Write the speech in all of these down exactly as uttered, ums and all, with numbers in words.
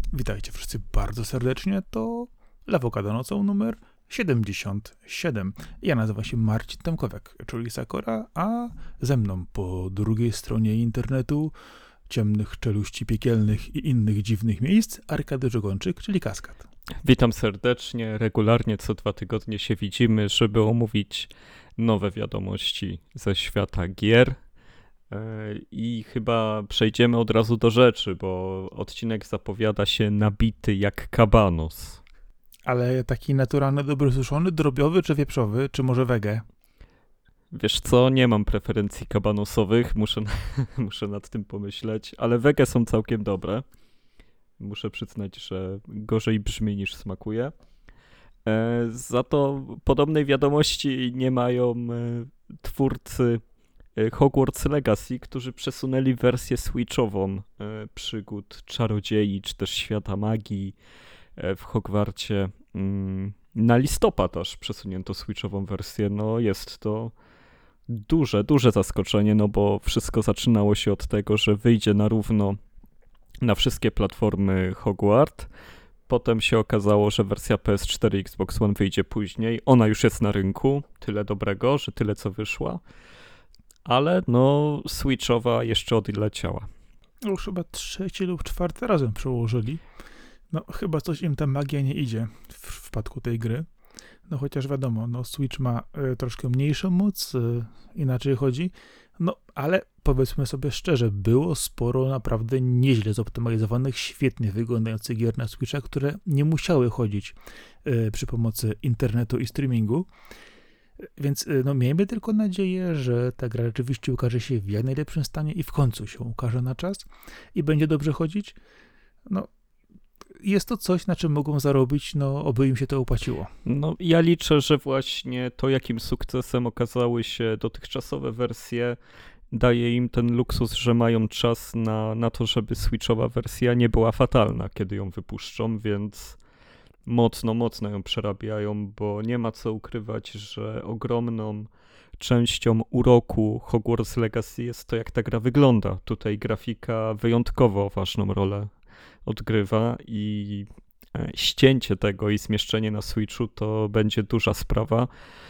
Witajcie wszyscy bardzo serdecznie, to Lawokado nocą numer siedemdziesiąt siedem. Ja nazywam się Marcin Tomkowiak, czyli Sakora, a ze mną po drugiej stronie internetu, ciemnych czeluści piekielnych i innych dziwnych miejsc, Arkady Żogończyk, czyli Kaskad. Witam serdecznie, regularnie co dwa tygodnie się widzimy, żeby omówić nowe wiadomości ze świata gier. I chyba przejdziemy od razu do rzeczy, bo odcinek zapowiada się nabity jak kabanos. Ale taki naturalny, dobry suszony, drobiowy czy wieprzowy, czy może wege? Wiesz co, nie mam preferencji kabanosowych, muszę, muszę nad tym pomyśleć, ale wege są całkiem dobre. Muszę przyznać, że gorzej brzmi niż smakuje. E, za to podobnej wiadomości nie mają e, twórcy Hogwarts Legacy, którzy przesunęli wersję switchową e, przygód czarodziei, czy też świata magii e, w Hogwarcie. Mm, na listopad aż przesunięto switchową wersję. No jest to duże, duże zaskoczenie, no bo wszystko zaczynało się od tego, że wyjdzie na równo na wszystkie platformy Hogwart. Potem się okazało, że wersja P S cztery i Xbox One wyjdzie później. Ona już jest na rynku. Tyle dobrego, że tyle co wyszła. Ale no switchowa jeszcze odleciała. Już chyba trzeci lub czwarty razem przełożyli. No chyba coś im ta magia nie idzie w, w przypadku tej gry. No chociaż wiadomo, no Switch ma y, troszkę mniejszą moc, y, inaczej chodzi. No ale powiedzmy sobie szczerze, było sporo naprawdę nieźle zoptymalizowanych, świetnie wyglądających gier na Switcha, które nie musiały chodzić y, przy pomocy internetu i streamingu. Więc no, miejmy tylko nadzieję, że ta gra rzeczywiście ukaże się w jak najlepszym stanie i w końcu się ukaże na czas i będzie dobrze chodzić. No, jest to coś, na czym mogą zarobić, no, oby im się to opłaciło. No, ja liczę, że właśnie to, jakim sukcesem okazały się dotychczasowe wersje, daje im ten luksus, że mają czas na, na to, żeby switchowa wersja nie była fatalna, kiedy ją wypuszczą, więc mocno, mocno ją przerabiają, bo nie ma co ukrywać, że ogromną częścią uroku Hogwarts Legacy jest to, jak ta gra wygląda. Tutaj grafika wyjątkowo ważną rolę odgrywa i ścięcie tego i zmieszczenie na Switchu to będzie duża sprawa.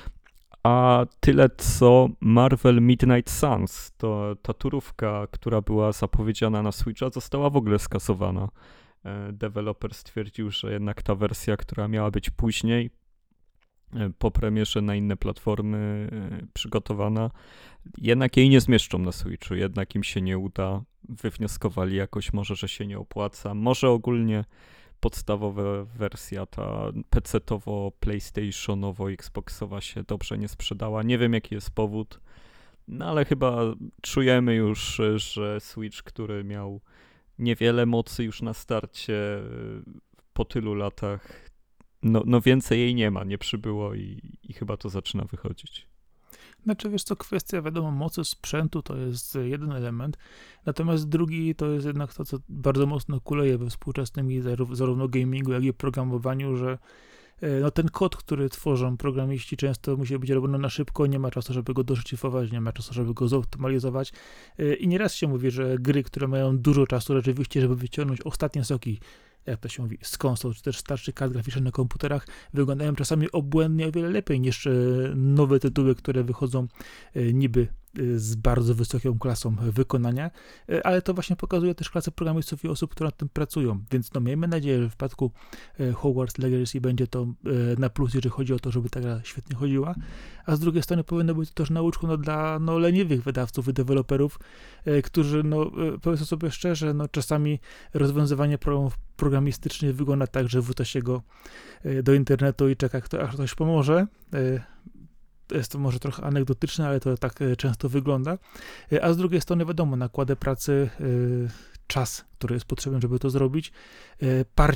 A tyle co Marvel Midnight Suns, to ta turówka, która była zapowiedziana na Switcha, została w ogóle skasowana. Deweloper stwierdził, że jednak ta wersja, która miała być później, po premierze na inne platformy przygotowana, jednak jej nie zmieszczą na Switchu, jednak im się nie uda. Wywnioskowali jakoś może, że się nie opłaca. Może ogólnie podstawowa wersja, ta pecetowo, PlayStationowo, Xboxowa się dobrze nie sprzedała. Nie wiem, jaki jest powód, no ale chyba czujemy już, że Switch, który miał niewiele mocy już na starcie po tylu latach, no, no więcej jej nie ma, nie przybyło i, i chyba to zaczyna wychodzić. Znaczy, wiesz co, kwestia, wiadomo, mocy sprzętu to jest jeden element, natomiast drugi to jest jednak to, co bardzo mocno kuleje we współczesnym zarówno gamingu, jak i programowaniu, że no ten kod, który tworzą programiści, często musi być robiony na szybko, nie ma czasu, żeby go doszyfrować, nie ma czasu, żeby go zoptymalizować i nieraz się mówi, że gry, które mają dużo czasu rzeczywiście, żeby wyciągnąć ostatnie soki, jak to się mówi, z konsol, czy też starszych kart graficznych na komputerach, wyglądają czasami obłędnie o wiele lepiej niż nowe tytuły, które wychodzą niby z bardzo wysoką klasą wykonania, ale to właśnie pokazuje też klasę programistów i osób, które nad tym pracują, więc no miejmy nadzieję, że w przypadku Hogwarts Legacy będzie to na plus, jeżeli chodzi o to, żeby ta gra świetnie chodziła, a z drugiej strony powinno być to też nauczką no, dla no, leniwych wydawców i deweloperów, którzy, no powiedzmy sobie szczerze, no czasami rozwiązywanie problemów programistycznych wygląda tak, że wrzuca się go do internetu i czeka, aż ktoś pomoże. Jest to może trochę anegdotyczne, ale to tak często wygląda. A z drugiej strony wiadomo, nakłady pracy, czas, który jest potrzebny, żeby to zrobić, parcie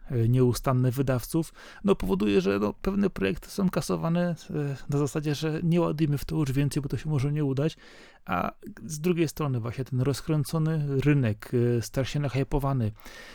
nieustanne wydawców, no powoduje, że no, pewne projekty są kasowane na zasadzie, że nie ładujemy w to już więcej, bo to się może nie udać, a z drugiej strony właśnie ten rozkręcony rynek, strasznie nahypowany,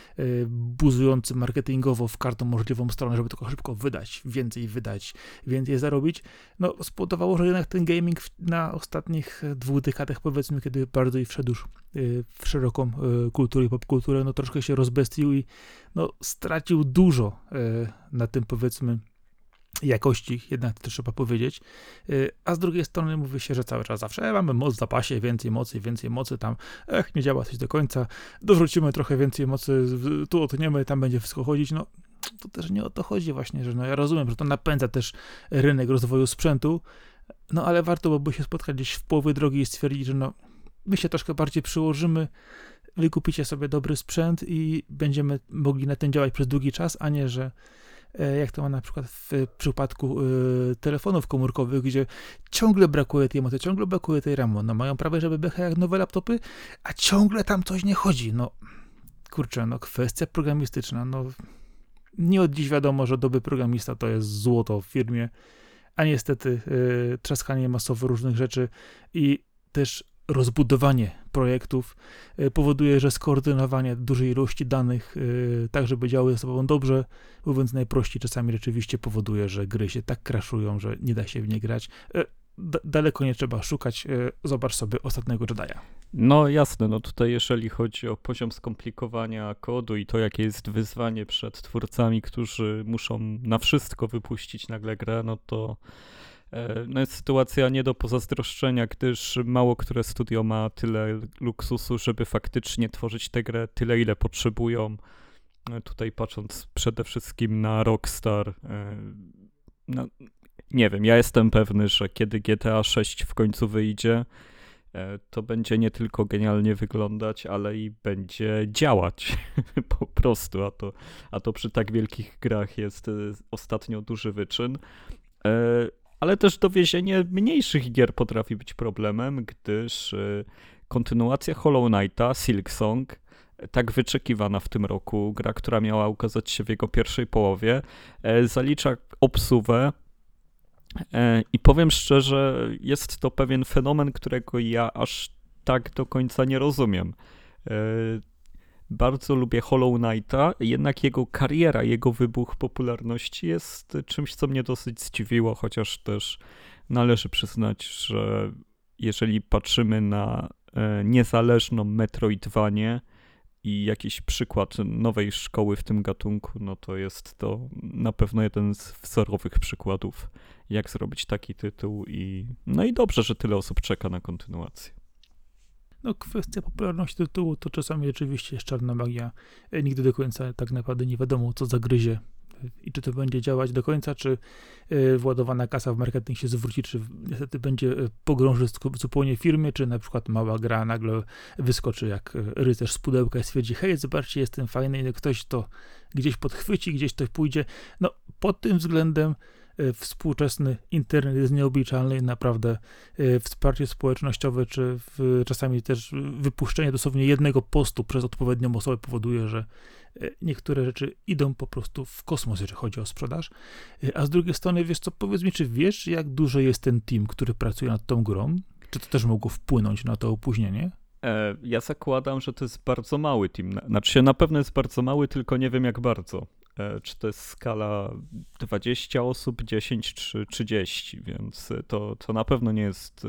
buzujący marketingowo w każdą możliwą stronę, żeby tylko szybko wydać, więcej wydać, więcej zarobić, no spowodowało, że jednak ten gaming na ostatnich dwóch dekadach, powiedzmy, kiedy bardzo i wszedł już w szeroką kulturę i popkulturę, no troszkę się rozbestił i no stracił dużo na tym, powiedzmy, jakości, jednak to trzeba powiedzieć, a z drugiej strony mówi się, że cały czas zawsze mamy moc w zapasie, więcej mocy, więcej mocy tam, ech, nie działa coś do końca, dorzucimy trochę więcej mocy, tu otniemy, tam będzie wszystko chodzić, no to też nie o to chodzi właśnie, że no ja rozumiem, że to napędza też rynek rozwoju sprzętu, no ale warto byłoby się spotkać gdzieś w połowie drogi i stwierdzić, że no my się troszkę bardziej przyłożymy, wy kupicie sobie dobry sprzęt i będziemy mogli na tym działać przez długi czas, a nie, że jak to ma na przykład w przypadku y, telefonów komórkowych, gdzie ciągle brakuje tej mocy, ciągle brakuje tej ramu, no mają prawie, żeby były jak nowe laptopy, a ciągle tam coś nie chodzi, no kurczę, no kwestia programistyczna, no nie od dziś wiadomo, że dobry programista to jest złoto w firmie, a niestety y, trzaskanie masowo różnych rzeczy i też rozbudowanie projektów y, powoduje, że skoordynowanie dużej ilości danych, y, tak żeby działały ze sobą dobrze, mówiąc najprościej, czasami rzeczywiście powoduje, że gry się tak crashują, że nie da się w nie grać. Y, d- daleko nie trzeba szukać. Y, zobacz sobie Ostatniego Jedi'a. No jasne, no tutaj jeżeli chodzi o poziom skomplikowania kodu i to, jakie jest wyzwanie przed twórcami, którzy muszą na wszystko wypuścić nagle grę, no to no jest sytuacja nie do pozazdroszczenia, gdyż mało które studio ma tyle luksusu, żeby faktycznie tworzyć tę grę tyle, ile potrzebują. Tutaj patrząc przede wszystkim na Rockstar, no, nie wiem, ja jestem pewny, że kiedy G T A sześć w końcu wyjdzie, to będzie nie tylko genialnie wyglądać, ale i będzie działać po prostu, a to, a to przy tak wielkich grach jest ostatnio duży wyczyn. Ale też dowiezienie mniejszych gier potrafi być problemem, gdyż kontynuacja Hollow Knighta, Silksong, tak wyczekiwana w tym roku, gra, która miała ukazać się w jego pierwszej połowie, zalicza obsuwę i powiem szczerze, jest to pewien fenomen, którego ja aż tak do końca nie rozumiem. Bardzo lubię Hollow Knighta, jednak jego kariera, jego wybuch popularności jest czymś, co mnie dosyć zdziwiło, chociaż też należy przyznać, że jeżeli patrzymy na niezależną Metroidvanię i jakiś przykład nowej szkoły w tym gatunku, no to jest to na pewno jeden z wzorowych przykładów, jak zrobić taki tytuł i no i dobrze, że tyle osób czeka na kontynuację. No kwestia popularności tytułu to czasami rzeczywiście jest czarna magia. Nigdy do końca tak naprawdę nie wiadomo, co zagryzie i czy to będzie działać do końca, czy władowana kasa w marketing się zwróci, czy niestety będzie pogrąży zupełnie firmie, czy na przykład mała gra nagle wyskoczy jak rycerz z pudełka i stwierdzi, hej, zobaczcie, jestem fajny i ktoś to gdzieś podchwyci, gdzieś to pójdzie. No pod tym względem współczesny internet jest nieobliczalny i naprawdę wsparcie społecznościowe, czy w, czasami też wypuszczenie dosłownie jednego postu przez odpowiednią osobę powoduje, że niektóre rzeczy idą po prostu w kosmos, jeżeli chodzi o sprzedaż. A z drugiej strony, wiesz co, powiedz mi, czy wiesz, jak duży jest ten team, który pracuje nad tą grą? Czy to też mogło wpłynąć na to opóźnienie? Ja zakładam, że to jest bardzo mały team. Znaczy się na pewno jest bardzo mały, tylko nie wiem jak bardzo. Czy to jest skala dwadzieścia osób, dziesięć czy trzydzieści, więc to, to na pewno nie jest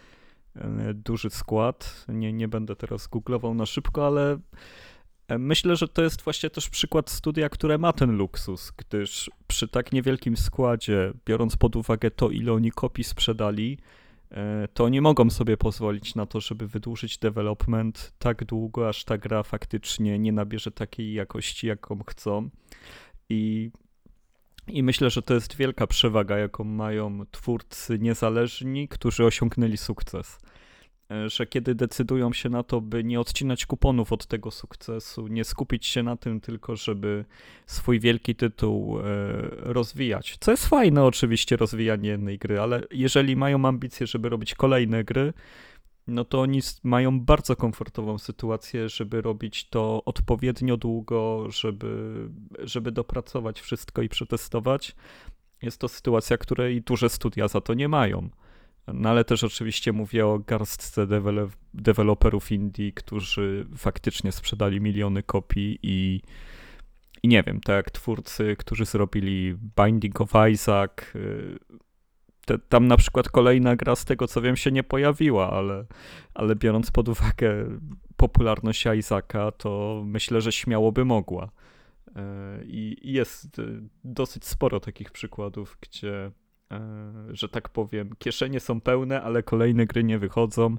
duży skład. Nie, nie będę teraz googlował na szybko, ale myślę, że to jest właśnie też przykład studia, które ma ten luksus, gdyż przy tak niewielkim składzie, biorąc pod uwagę to, ile oni kopii sprzedali, to nie mogą sobie pozwolić na to, żeby wydłużyć development tak długo, aż ta gra faktycznie nie nabierze takiej jakości, jaką chcą. I, i myślę, że to jest wielka przewaga, jaką mają twórcy niezależni, którzy osiągnęli sukces. Że kiedy decydują się na to, by nie odcinać kuponów od tego sukcesu, nie skupić się na tym tylko, żeby swój wielki tytuł e, rozwijać. Co jest fajne oczywiście, rozwijanie jednej gry, ale jeżeli mają ambicje, żeby robić kolejne gry, no to oni mają bardzo komfortową sytuację, żeby robić to odpowiednio długo, żeby, żeby dopracować wszystko i przetestować. Jest to sytuacja, której duże studia za to nie mają. No ale też oczywiście mówię o garstce dewele- deweloperów indie, którzy faktycznie sprzedali miliony kopii i, i nie wiem, tak jak twórcy, którzy zrobili Binding of Isaac, te, tam na przykład kolejna gra z tego co wiem się nie pojawiła, ale, ale biorąc pod uwagę popularność Isaaca, to myślę, że śmiało by mogła. I jest dosyć sporo takich przykładów, gdzie, że tak powiem, kieszenie są pełne, ale kolejne gry nie wychodzą.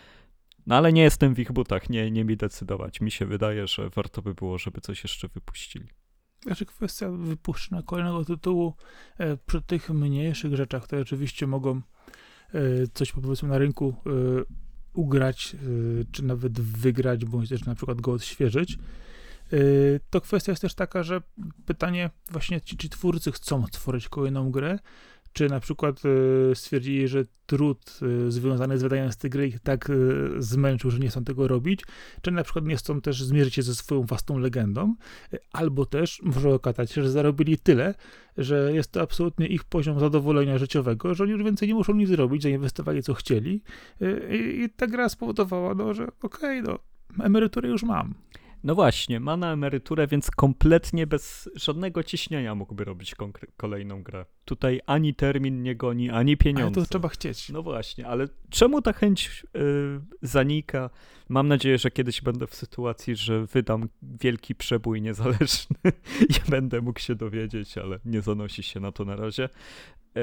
No ale nie jestem w ich butach, nie, nie mi decydować. Mi się wydaje, że warto by było, żeby coś jeszcze wypuścili. Znaczy kwestia wypuszczenia kolejnego tytułu e, przy tych mniejszych rzeczach, które oczywiście mogą e, coś powiedzmy na rynku e, ugrać, e, czy nawet wygrać, bądź też na przykład go odświeżyć. E, to kwestia jest też taka, że pytanie właśnie, czy, czy twórcy chcą stworzyć kolejną grę, czy na przykład e, stwierdzili, że trud e, związany z wydaniem z tej gry ich tak e, zmęczył, że nie chcą tego robić, czy na przykład nie chcą też zmierzyć się ze swoją własną legendą, e, albo też może okazać się, że zarobili tyle, że jest to absolutnie ich poziom zadowolenia życiowego, że oni już więcej nie muszą nic zrobić, że inwestowali co chcieli e, i, i ta gra spowodowała, no, że okej, okay, no, emeryturę już mam. No właśnie, ma na emeryturę, więc kompletnie bez żadnego ciśnienia mógłby robić konkre- kolejną grę. Tutaj ani termin nie goni, ani pieniądze. Ale to trzeba chcieć. No właśnie, ale czemu ta chęć yy, zanika? Mam nadzieję, że kiedyś będę w sytuacji, że wydam wielki przebój niezależny i będę mógł się dowiedzieć, ale nie zanosi się na to na razie. Eee,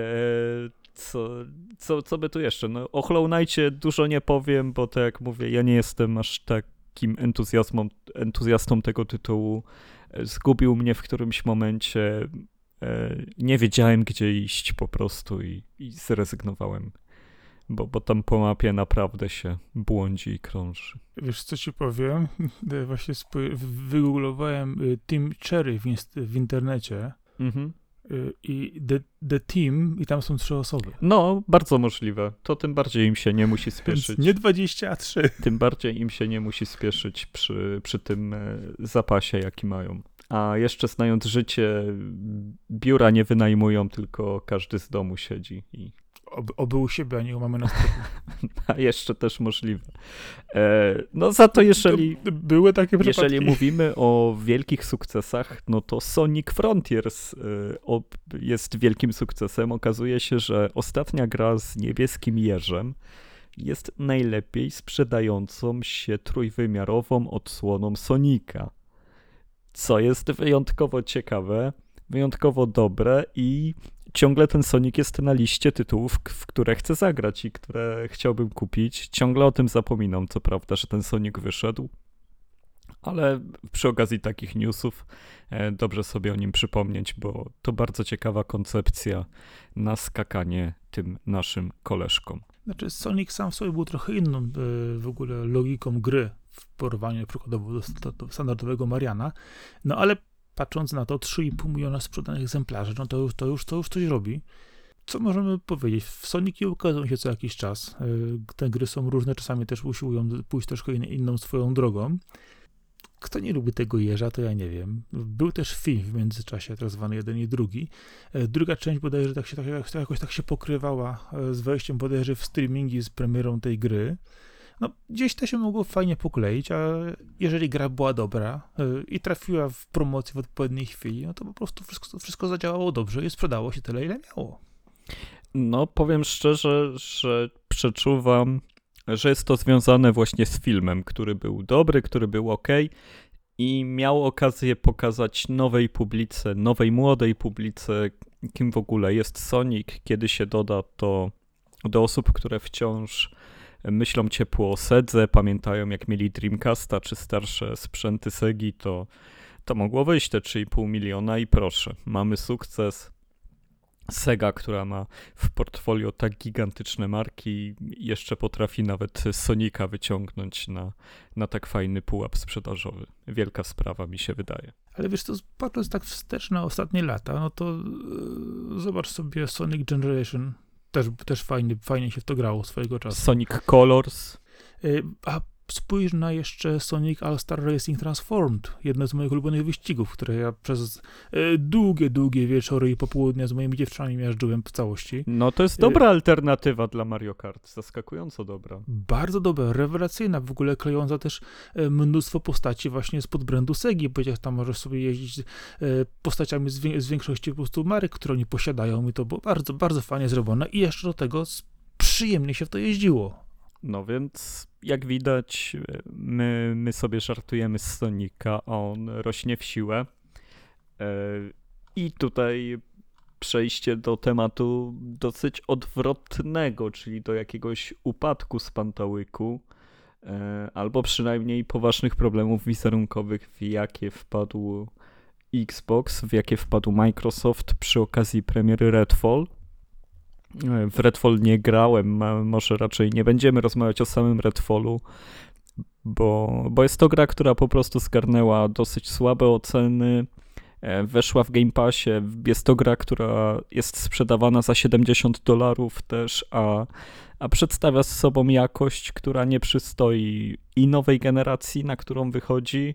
co, co, co by tu jeszcze? No, o Hollow Knightie dużo nie powiem, bo tak jak mówię, ja nie jestem aż tak takim entuzjazmą, entuzjastą tego tytułu. Zgubił mnie w którymś momencie. Nie wiedziałem, gdzie iść po prostu i, i zrezygnowałem, bo, bo tam po mapie naprawdę się błądzi i krąży. Wiesz, co ci powiem? Właśnie spo- wygooglowałem Team Cherry w, inst- w internecie. Mhm. I the, the Team, i tam są trzy osoby. No, bardzo możliwe. To tym bardziej im się nie musi spieszyć. Nie dwadzieścia trzy. Tym bardziej im się nie musi spieszyć przy, przy tym zapasie, jaki mają. A jeszcze znając życie, biura nie wynajmują, tylko każdy z domu siedzi i... Oby, oby u siebie, a nie u mamy na stopie. A jeszcze też możliwe. E, no za to jeżeli... To były takie przypadki. Jeżeli mówimy o wielkich sukcesach, no to Sonic Frontiers e, o, jest wielkim sukcesem. Okazuje się, że ostatnia gra z niebieskim jeżem jest najlepiej sprzedającą się trójwymiarową odsłoną Sonika. Co jest wyjątkowo ciekawe, wyjątkowo dobre i ciągle ten Sonic jest na liście tytułów, w które chcę zagrać i które chciałbym kupić. Ciągle o tym zapominam, co prawda, że ten Sonic wyszedł, ale przy okazji takich newsów e, dobrze sobie o nim przypomnieć, bo to bardzo ciekawa koncepcja na skakanie tym naszym koleżkom. Znaczy Sonic sam w sobie był trochę inną e, w ogóle logiką gry w porównaniu przykładowo do, do standardowego Mariana, no ale patrząc na to, trzy i pół miliona sprzedanych egzemplarzy, no to już, to, już, to już coś robi. Co możemy powiedzieć? W Soniki ukazują się co jakiś czas. Te gry są różne, czasami też usiłują pójść troszkę in, inną swoją drogą. Kto nie lubi tego jeża, to ja nie wiem. Był też film w międzyczasie, tak zwany jeden i drugi. Druga część bodajże tak się, tak, jakoś tak się pokrywała z wejściem bodajże w streamingi z premierą tej gry. No, gdzieś to się mogło fajnie pokleić, a jeżeli gra była dobra yy, i trafiła w promocję w odpowiedniej chwili, no to po prostu wszystko, wszystko zadziałało dobrze i sprzedało się tyle, ile miało. No, powiem szczerze, że przeczuwam, że jest to związane właśnie z filmem, który był dobry, który był okej i miał okazję pokazać nowej publice, nowej młodej publice, kim w ogóle jest Sonic, kiedy się doda to do osób, które wciąż myślą ciepło o Sedze, pamiętają jak mieli Dreamcasta czy starsze sprzęty Segi, to, to mogło wyjść te trzy i pół miliona i proszę, mamy sukces. Sega, która ma w portfolio tak gigantyczne marki, jeszcze potrafi nawet Sonika wyciągnąć na, na tak fajny pułap sprzedażowy. Wielka sprawa, mi się wydaje. Ale wiesz, to patrząc tak wstecz na ostatnie lata, no to yy, zobacz sobie Sonic Generation. Też, też fajnie, fajnie się w to grało swojego czasu. Sonic Colors. A spójrz na jeszcze Sonic All-Star Racing Transformed, jedno z moich ulubionych wyścigów, które ja przez długie, długie wieczory i popołudnia z moimi dziewczynami miażdżyłem w całości. No to jest dobra alternatywa dla Mario Kart, zaskakująco dobra. Bardzo dobra, rewelacyjna, w ogóle klejąca też mnóstwo postaci właśnie spod brandu Segi, bo jak tam możesz sobie jeździć postaciami z, wie- z większości po prostu marek, które oni posiadają i to było bardzo, bardzo fajnie zrobione i jeszcze do tego przyjemnie się w to jeździło. No więc jak widać, my, my sobie żartujemy z Sonika, a on rośnie w siłę. I tutaj przejście do tematu dosyć odwrotnego, czyli do jakiegoś upadku z pantałyku, albo przynajmniej poważnych problemów wizerunkowych, w jakie wpadł Xbox, w jakie wpadł Microsoft przy okazji premiery Redfall. W Redfall nie grałem, może raczej nie będziemy rozmawiać o samym Redfallu, bo, bo jest to gra, która po prostu zgarnęła dosyć słabe oceny, weszła w Game Passie, jest to gra, która jest sprzedawana za siedemdziesiąt dolarów też, a, a przedstawia z sobą jakość, która nie przystoi i nowej generacji, na którą wychodzi,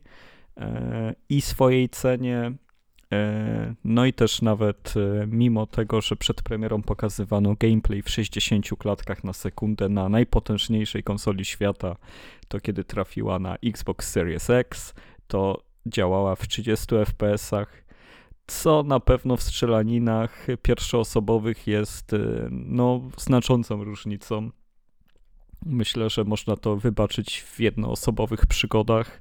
i swojej cenie. No i też nawet mimo tego, że przed premierą pokazywano gameplay w sześćdziesięciu klatkach na sekundę na najpotężniejszej konsoli świata, to kiedy trafiła na Xbox Series X, to działała w trzydziestu F P S-ach, co na pewno w strzelaninach pierwszoosobowych jest no, znaczącą różnicą. Myślę, że można to wybaczyć w jednoosobowych przygodach,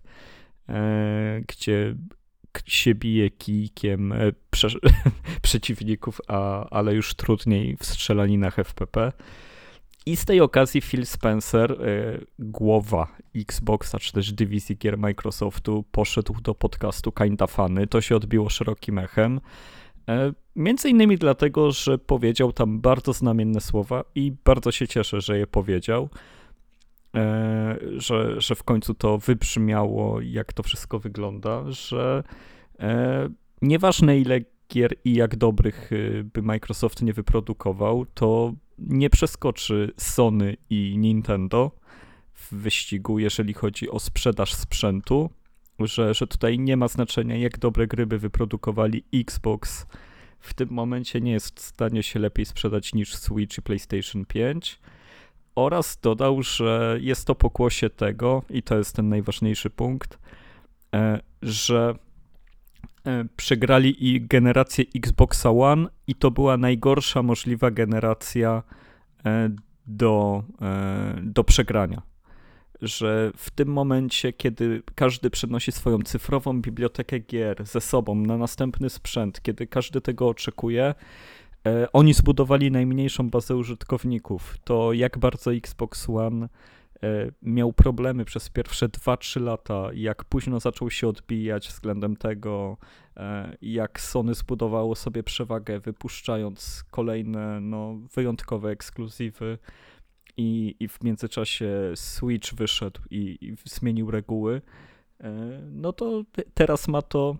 gdzie się bije kijkiem prze, przeciwników, a, ale już trudniej w strzelaninach F P P. I z tej okazji Phil Spencer, y, głowa Xboxa, czy też dywizji gier Microsoftu, poszedł do podcastu Kinda Funny. To się odbiło szerokim echem. Y, między innymi dlatego, że powiedział tam bardzo znamienne słowa i bardzo się cieszę, że je powiedział. E, że, że w końcu to wybrzmiało, jak to wszystko wygląda, że e, nieważne ile gier i jak dobrych by Microsoft nie wyprodukował, to nie przeskoczy Sony i Nintendo w wyścigu, jeżeli chodzi o sprzedaż sprzętu, że, że tutaj nie ma znaczenia, jak dobre gry by wyprodukowali. Xbox w tym momencie nie jest w stanie się lepiej sprzedać niż Switch i PlayStation pięć. Oraz dodał, że jest to pokłosie tego, i to jest ten najważniejszy punkt, że przegrali i generację Xboxa One i to była najgorsza możliwa generacja do, do przegrania. Że w tym momencie, kiedy każdy przenosi swoją cyfrową bibliotekę gier ze sobą na następny sprzęt, kiedy każdy tego oczekuje, oni zbudowali najmniejszą bazę użytkowników. To jak bardzo Xbox One miał problemy przez pierwsze dwa trzy lata, jak późno zaczął się odbijać względem tego, jak Sony zbudowało sobie przewagę, wypuszczając kolejne no, wyjątkowe ekskluzywy i, i w międzyczasie Switch wyszedł i, i zmienił reguły, no to teraz ma to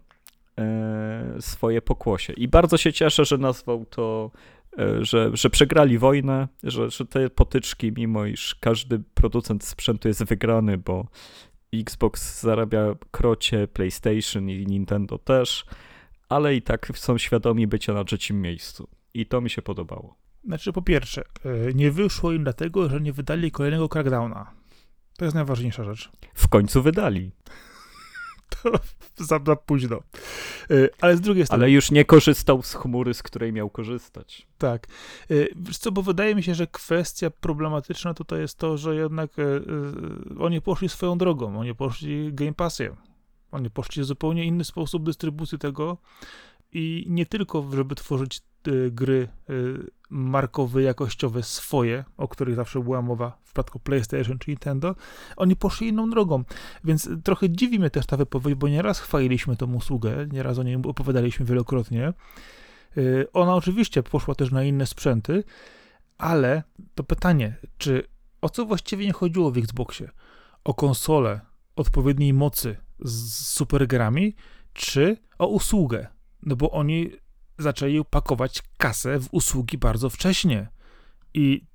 swoje pokłosie. I bardzo się cieszę, że nazwał to, że, że przegrali wojnę, że, że te potyczki, mimo iż każdy producent sprzętu jest wygrany, bo Xbox zarabia krocie, PlayStation i Nintendo też, ale i tak są świadomi bycia na trzecim miejscu. I to mi się podobało. Znaczy, po pierwsze, nie wyszło im dlatego, że nie wydali kolejnego Crackdowna. To jest najważniejsza rzecz. W końcu wydali. To za, za późno. Ale z drugiej strony... Ale już nie korzystał z chmury, z której miał korzystać. Tak. Wiesz co, bo wydaje mi się, że kwestia problematyczna tutaj jest to, że jednak oni poszli swoją drogą. Oni poszli Game Passem. Oni poszli w zupełnie inny sposób dystrybucji tego i nie tylko, żeby tworzyć gry markowe, jakościowe swoje, o których zawsze była mowa w przypadku PlayStation czy Nintendo, oni poszli inną drogą, więc trochę dziwi mnie też ta wypowiedź, bo nieraz chwaliliśmy tą usługę, nieraz o niej opowiadaliśmy wielokrotnie. Ona oczywiście poszła też na inne sprzęty, ale to pytanie, czy o co właściwie nie chodziło w Xboxie? O konsolę odpowiedniej mocy z supergrami, czy o usługę? No bo oni zaczęli pakować kasę w usługi bardzo wcześnie. I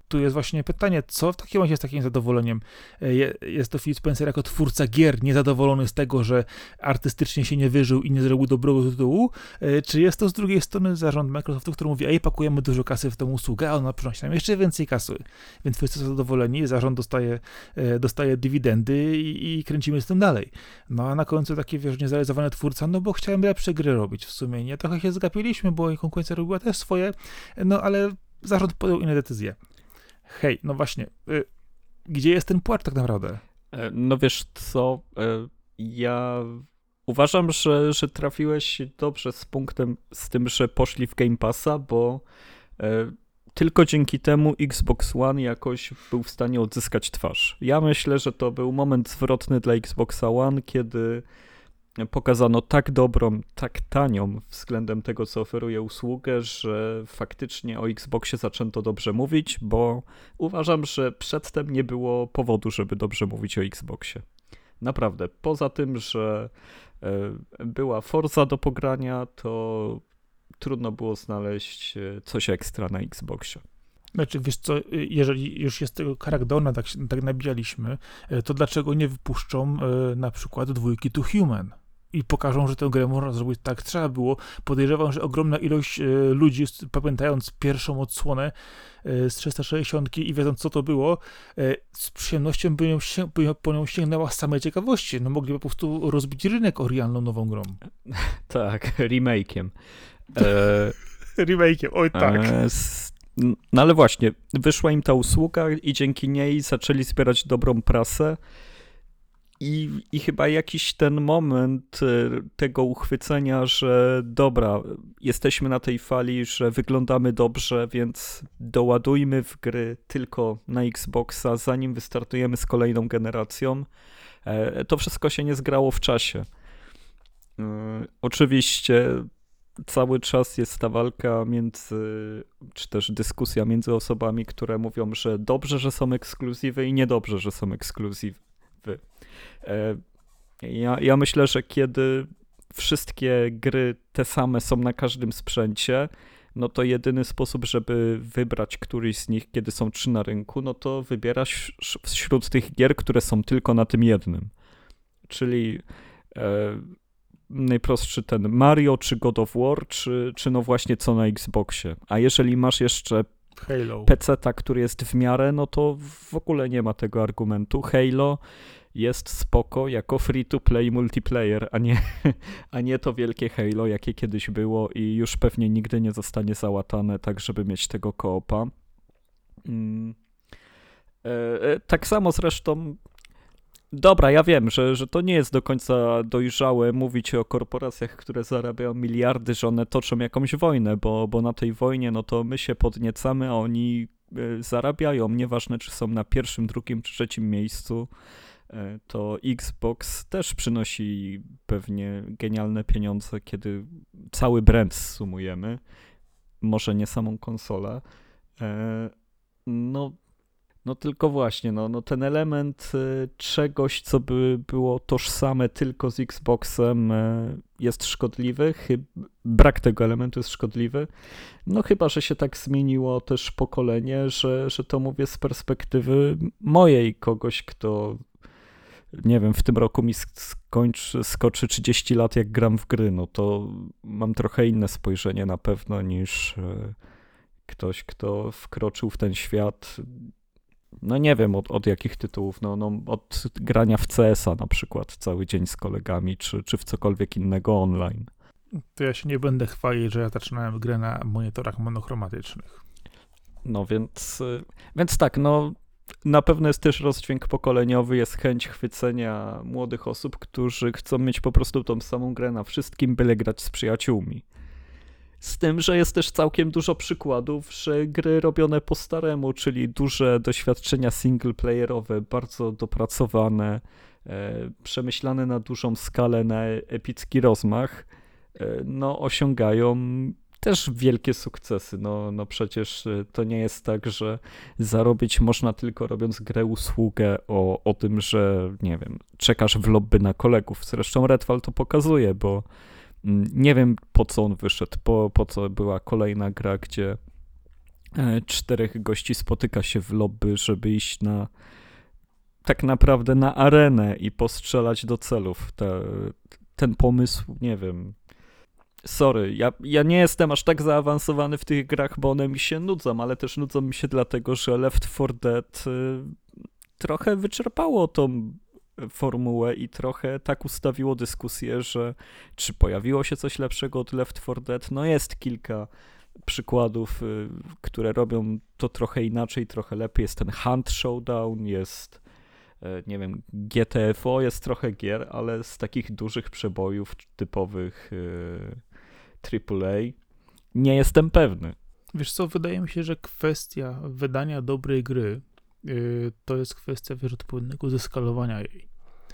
tu jest właśnie pytanie, co w takim razie jest takim zadowoleniem? Jest to Phil Spencer jako twórca gier niezadowolony z tego, że artystycznie się nie wyżył i nie zrobił dobrego tytułu, czy jest to z drugiej strony zarząd Microsoftu, który mówi, ej, pakujemy dużo kasy w tę usługę, a ona przynosi nam jeszcze więcej kasy, więc wszyscy są zadowoleni, zarząd dostaje, dostaje dywidendy i, i kręcimy z tym dalej. No a na końcu taki, wiesz, niezrealizowany twórca, no bo chciałem lepsze gry robić w sumie, nie? Trochę się zgapiliśmy, bo konkurencja robiła też swoje, no ale zarząd podjął inne decyzje. Hej, no właśnie, y, gdzie jest ten płacz tak naprawdę? No wiesz co, ja uważam, że, że trafiłeś dobrze z punktem, z tym, że poszli w Game Passa, bo tylko dzięki temu Xbox One jakoś był w stanie odzyskać twarz. Ja myślę, że to był moment zwrotny dla Xboxa One, kiedy pokazano tak dobrą, tak tanią względem tego, co oferuje usługę, że faktycznie o Xboxie zaczęto dobrze mówić, bo uważam, że przedtem nie było powodu, żeby dobrze mówić o Xboxie. Naprawdę. Poza tym, że była Forza do pogrania, to trudno było znaleźć coś ekstra na Xboxie. Znaczy, wiesz co, jeżeli już jest tego Crackdowna tak, tak nabijaliśmy, to dlaczego nie wypuszczą na przykład dwójki To Human? I pokażą, że tę grę można zrobić tak, trzeba było. Podejrzewam, że ogromna ilość e, ludzi, pamiętając pierwszą odsłonę e, z trzysta sześćdziesiąt i wiedząc, co to było, e, z przyjemnością by, ją się, by po nią sięgnęła z samej ciekawości. No mogliby po prostu rozbić rynek Orialną nową grą. Tak, remake'iem. E, remake'iem, oj tak. E, s- no ale właśnie, wyszła im ta usługa i dzięki niej zaczęli zbierać dobrą prasę. I, I chyba jakiś ten moment tego uchwycenia, że dobra, jesteśmy na tej fali, że wyglądamy dobrze, więc doładujmy w gry tylko na Xboxa, zanim wystartujemy z kolejną generacją. To wszystko się nie zgrało w czasie. Oczywiście cały czas jest ta walka między, czy też dyskusja między osobami, które mówią, że dobrze, że są ekskluzywy i niedobrze, że są ekskluzywy. Ja, ja myślę, że kiedy wszystkie gry te same są na każdym sprzęcie, no to jedyny sposób, żeby wybrać któryś z nich, kiedy są trzy na rynku, no to wybierasz wśród tych gier, które są tylko na tym jednym. Czyli e, najprostszy ten Mario, czy God of War, czy, czy no właśnie co na Xboxie. A jeżeli masz jeszcze Halo. peceta, który jest w miarę, no to w ogóle nie ma tego argumentu. Halo jest spoko jako free-to-play multiplayer, a nie, a nie to wielkie Halo, jakie kiedyś było i już pewnie nigdy nie zostanie załatane tak, żeby mieć tego koopa. Mm. E, tak samo zresztą, dobra, ja wiem, że, że to nie jest do końca dojrzałe mówić o korporacjach, które zarabiają miliardy, że one toczą jakąś wojnę, bo, bo na tej wojnie no to my się podniecamy, a oni y, zarabiają, nieważne czy są na pierwszym, drugim czy trzecim miejscu. To Xbox też przynosi pewnie genialne pieniądze, kiedy cały brand sumujemy, może nie samą konsolę. No, no tylko właśnie, no, no ten element czegoś, co by było tożsame tylko z Xboxem, jest szkodliwy. Brak tego elementu jest szkodliwy. No chyba, że się tak zmieniło też pokolenie, że, że to mówię z perspektywy mojej, kogoś, kto nie wiem, w tym roku mi skończy, skoczy trzydzieści lat, jak gram w gry, no to mam trochę inne spojrzenie na pewno niż ktoś, kto wkroczył w ten świat, no nie wiem od, od jakich tytułów, no, no od grania w C S a na przykład cały dzień z kolegami, czy, czy w cokolwiek innego online. To ja się nie będę chwalić, że ja zaczynałem grę na monitorach monochromatycznych. No więc, więc tak, no na pewno jest też rozdźwięk pokoleniowy, jest chęć chwycenia młodych osób, którzy chcą mieć po prostu tą samą grę na wszystkim, byle grać z przyjaciółmi. Z tym, że jest też całkiem dużo przykładów, że gry robione po staremu, czyli duże doświadczenia singleplayerowe, bardzo dopracowane, e, przemyślane na dużą skalę, na epicki rozmach, e, no osiągają też wielkie sukcesy. No, no przecież to nie jest tak, że zarobić można tylko robiąc grę usługę o, o tym, że nie wiem, czekasz w lobby na kolegów. Zresztą Redfall to pokazuje, bo nie wiem po co on wyszedł, po, po co była kolejna gra, gdzie czterech gości spotyka się w lobby, żeby iść na tak naprawdę na arenę i postrzelać do celów. Te, ten pomysł, nie wiem. Sorry, ja, ja nie jestem aż tak zaawansowany w tych grach, bo one mi się nudzą, ale też nudzą mi się dlatego, że Left four Dead y, trochę wyczerpało tą formułę i trochę tak ustawiło dyskusję, że czy pojawiło się coś lepszego od Left four Dead? No jest kilka przykładów, y, które robią to trochę inaczej, trochę lepiej. Jest ten Hunt Showdown, jest nie wiem, G T F O, jest trochę gier, ale z takich dużych przebojów typowych yy, A A A nie jestem pewny. Wiesz co, wydaje mi się, że kwestia wydania dobrej gry yy, to jest kwestia, wiesz, odpowiedniego zeskalowania jej.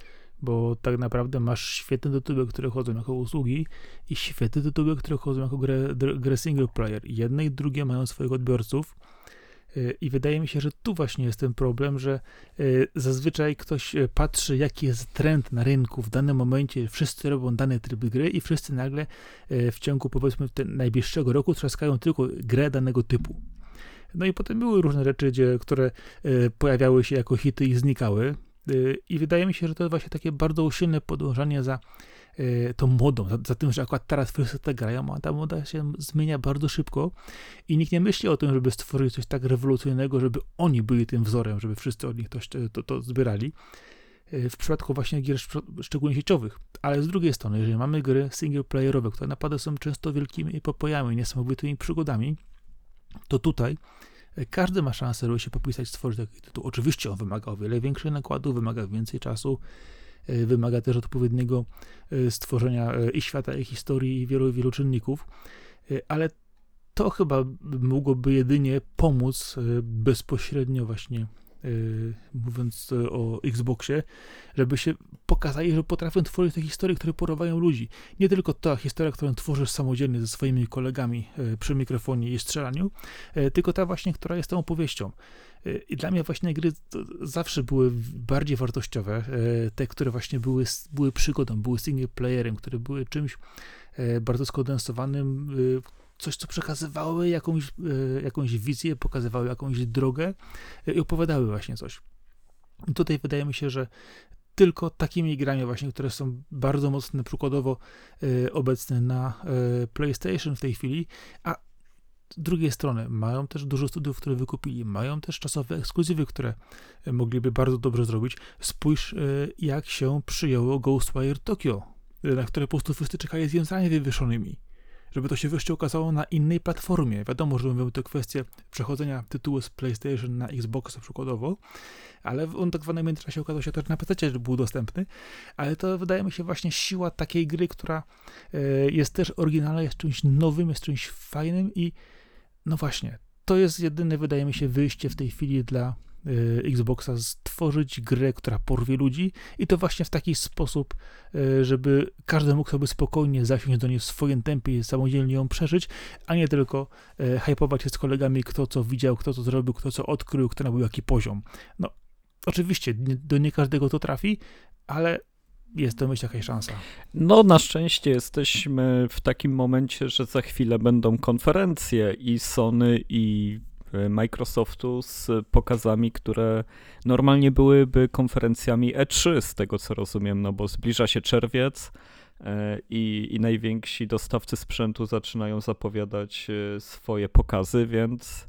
Bo tak naprawdę masz świetne tytuły, które chodzą jako usługi i świetne tytuły, które chodzą jako grę, grę single player. Jedne i drugie mają swoich odbiorców. I wydaje mi się, że tu właśnie jest ten problem, że zazwyczaj ktoś patrzy, jaki jest trend na rynku w danym momencie, wszyscy robią dane tryby gry i wszyscy nagle w ciągu, powiedzmy, najbliższego roku trzaskają tylko grę danego typu. No i potem były różne rzeczy, gdzie, które pojawiały się jako hity i znikały. I wydaje mi się, że to jest właśnie takie bardzo usilne podążanie za tą modą, za, za tym, że akurat teraz wszyscy tak grają, a ta moda się zmienia bardzo szybko i nikt nie myśli o tym, żeby stworzyć coś tak rewolucyjnego, żeby oni byli tym wzorem, żeby wszyscy od nich to, to, to zbierali. W przypadku właśnie gier szczególnie sieciowych. Ale z drugiej strony, jeżeli mamy gry singleplayerowe, które naprawdę są często wielkimi epopejami, niesamowitymi przygodami, to tutaj każdy ma szansę, żeby się popisać, stworzyć taki tytuł. Oczywiście on wymaga o wiele większych nakładów, wymaga więcej czasu, wymaga też odpowiedniego stworzenia i świata, i historii, i wielu, wielu czynników, ale to chyba mogłoby jedynie pomóc bezpośrednio właśnie, mówiąc o Xboxie, żeby się pokazali, że potrafią tworzyć te historie, które porwają ludzi. Nie tylko ta historia, którą tworzysz samodzielnie ze swoimi kolegami przy mikrofonie i strzelaniu, tylko ta właśnie, która jest tą opowieścią. I dla mnie właśnie gry zawsze były bardziej wartościowe, te, które właśnie były, były przygodą, były single playerem, które były czymś bardzo skondensowanym, coś, co przekazywały jakąś, jakąś wizję, pokazywały jakąś drogę i opowiadały właśnie coś. I tutaj wydaje mi się, że tylko takimi grami właśnie, które są bardzo mocne, przykładowo obecne na PlayStation w tej chwili, a z drugiej strony mają też dużo studiów, które wykupili, mają też czasowe ekskluzywy, które mogliby bardzo dobrze zrobić. Spójrz, jak się przyjęło Ghostwire Tokyo, na które po prostu wszyscy czekali z językami wywieszonymi, żeby to się wreszcie okazało na innej platformie. Wiadomo, że mówimy to kwestię przechodzenia tytułu z PlayStation na Xboxa przykładowo, ale on tak w zwanym międzyczasie okazał się też na P C, że był dostępny, ale to wydaje mi się właśnie siła takiej gry, która jest też oryginalna, jest czymś nowym, jest czymś fajnym i no właśnie, to jest jedyne, wydaje mi się, wyjście w tej chwili dla y, Xboxa, stworzyć grę, która porwie ludzi i to właśnie w taki sposób, y, żeby każdy mógł sobie spokojnie zasiąść do niej w swoim tempie i samodzielnie ją przeżyć, a nie tylko y, hypować się z kolegami, kto co widział, kto co zrobił, kto co odkrył, kto nabył jaki poziom. No, oczywiście nie, do nie każdego to trafi, ale jest to, myślę, jakaś szansa. No, na szczęście jesteśmy w takim momencie, że za chwilę będą konferencje i Sony, i Microsoftu z pokazami, które normalnie byłyby konferencjami E trzy, z tego co rozumiem, no bo zbliża się czerwiec i, i najwięksi dostawcy sprzętu zaczynają zapowiadać swoje pokazy, więc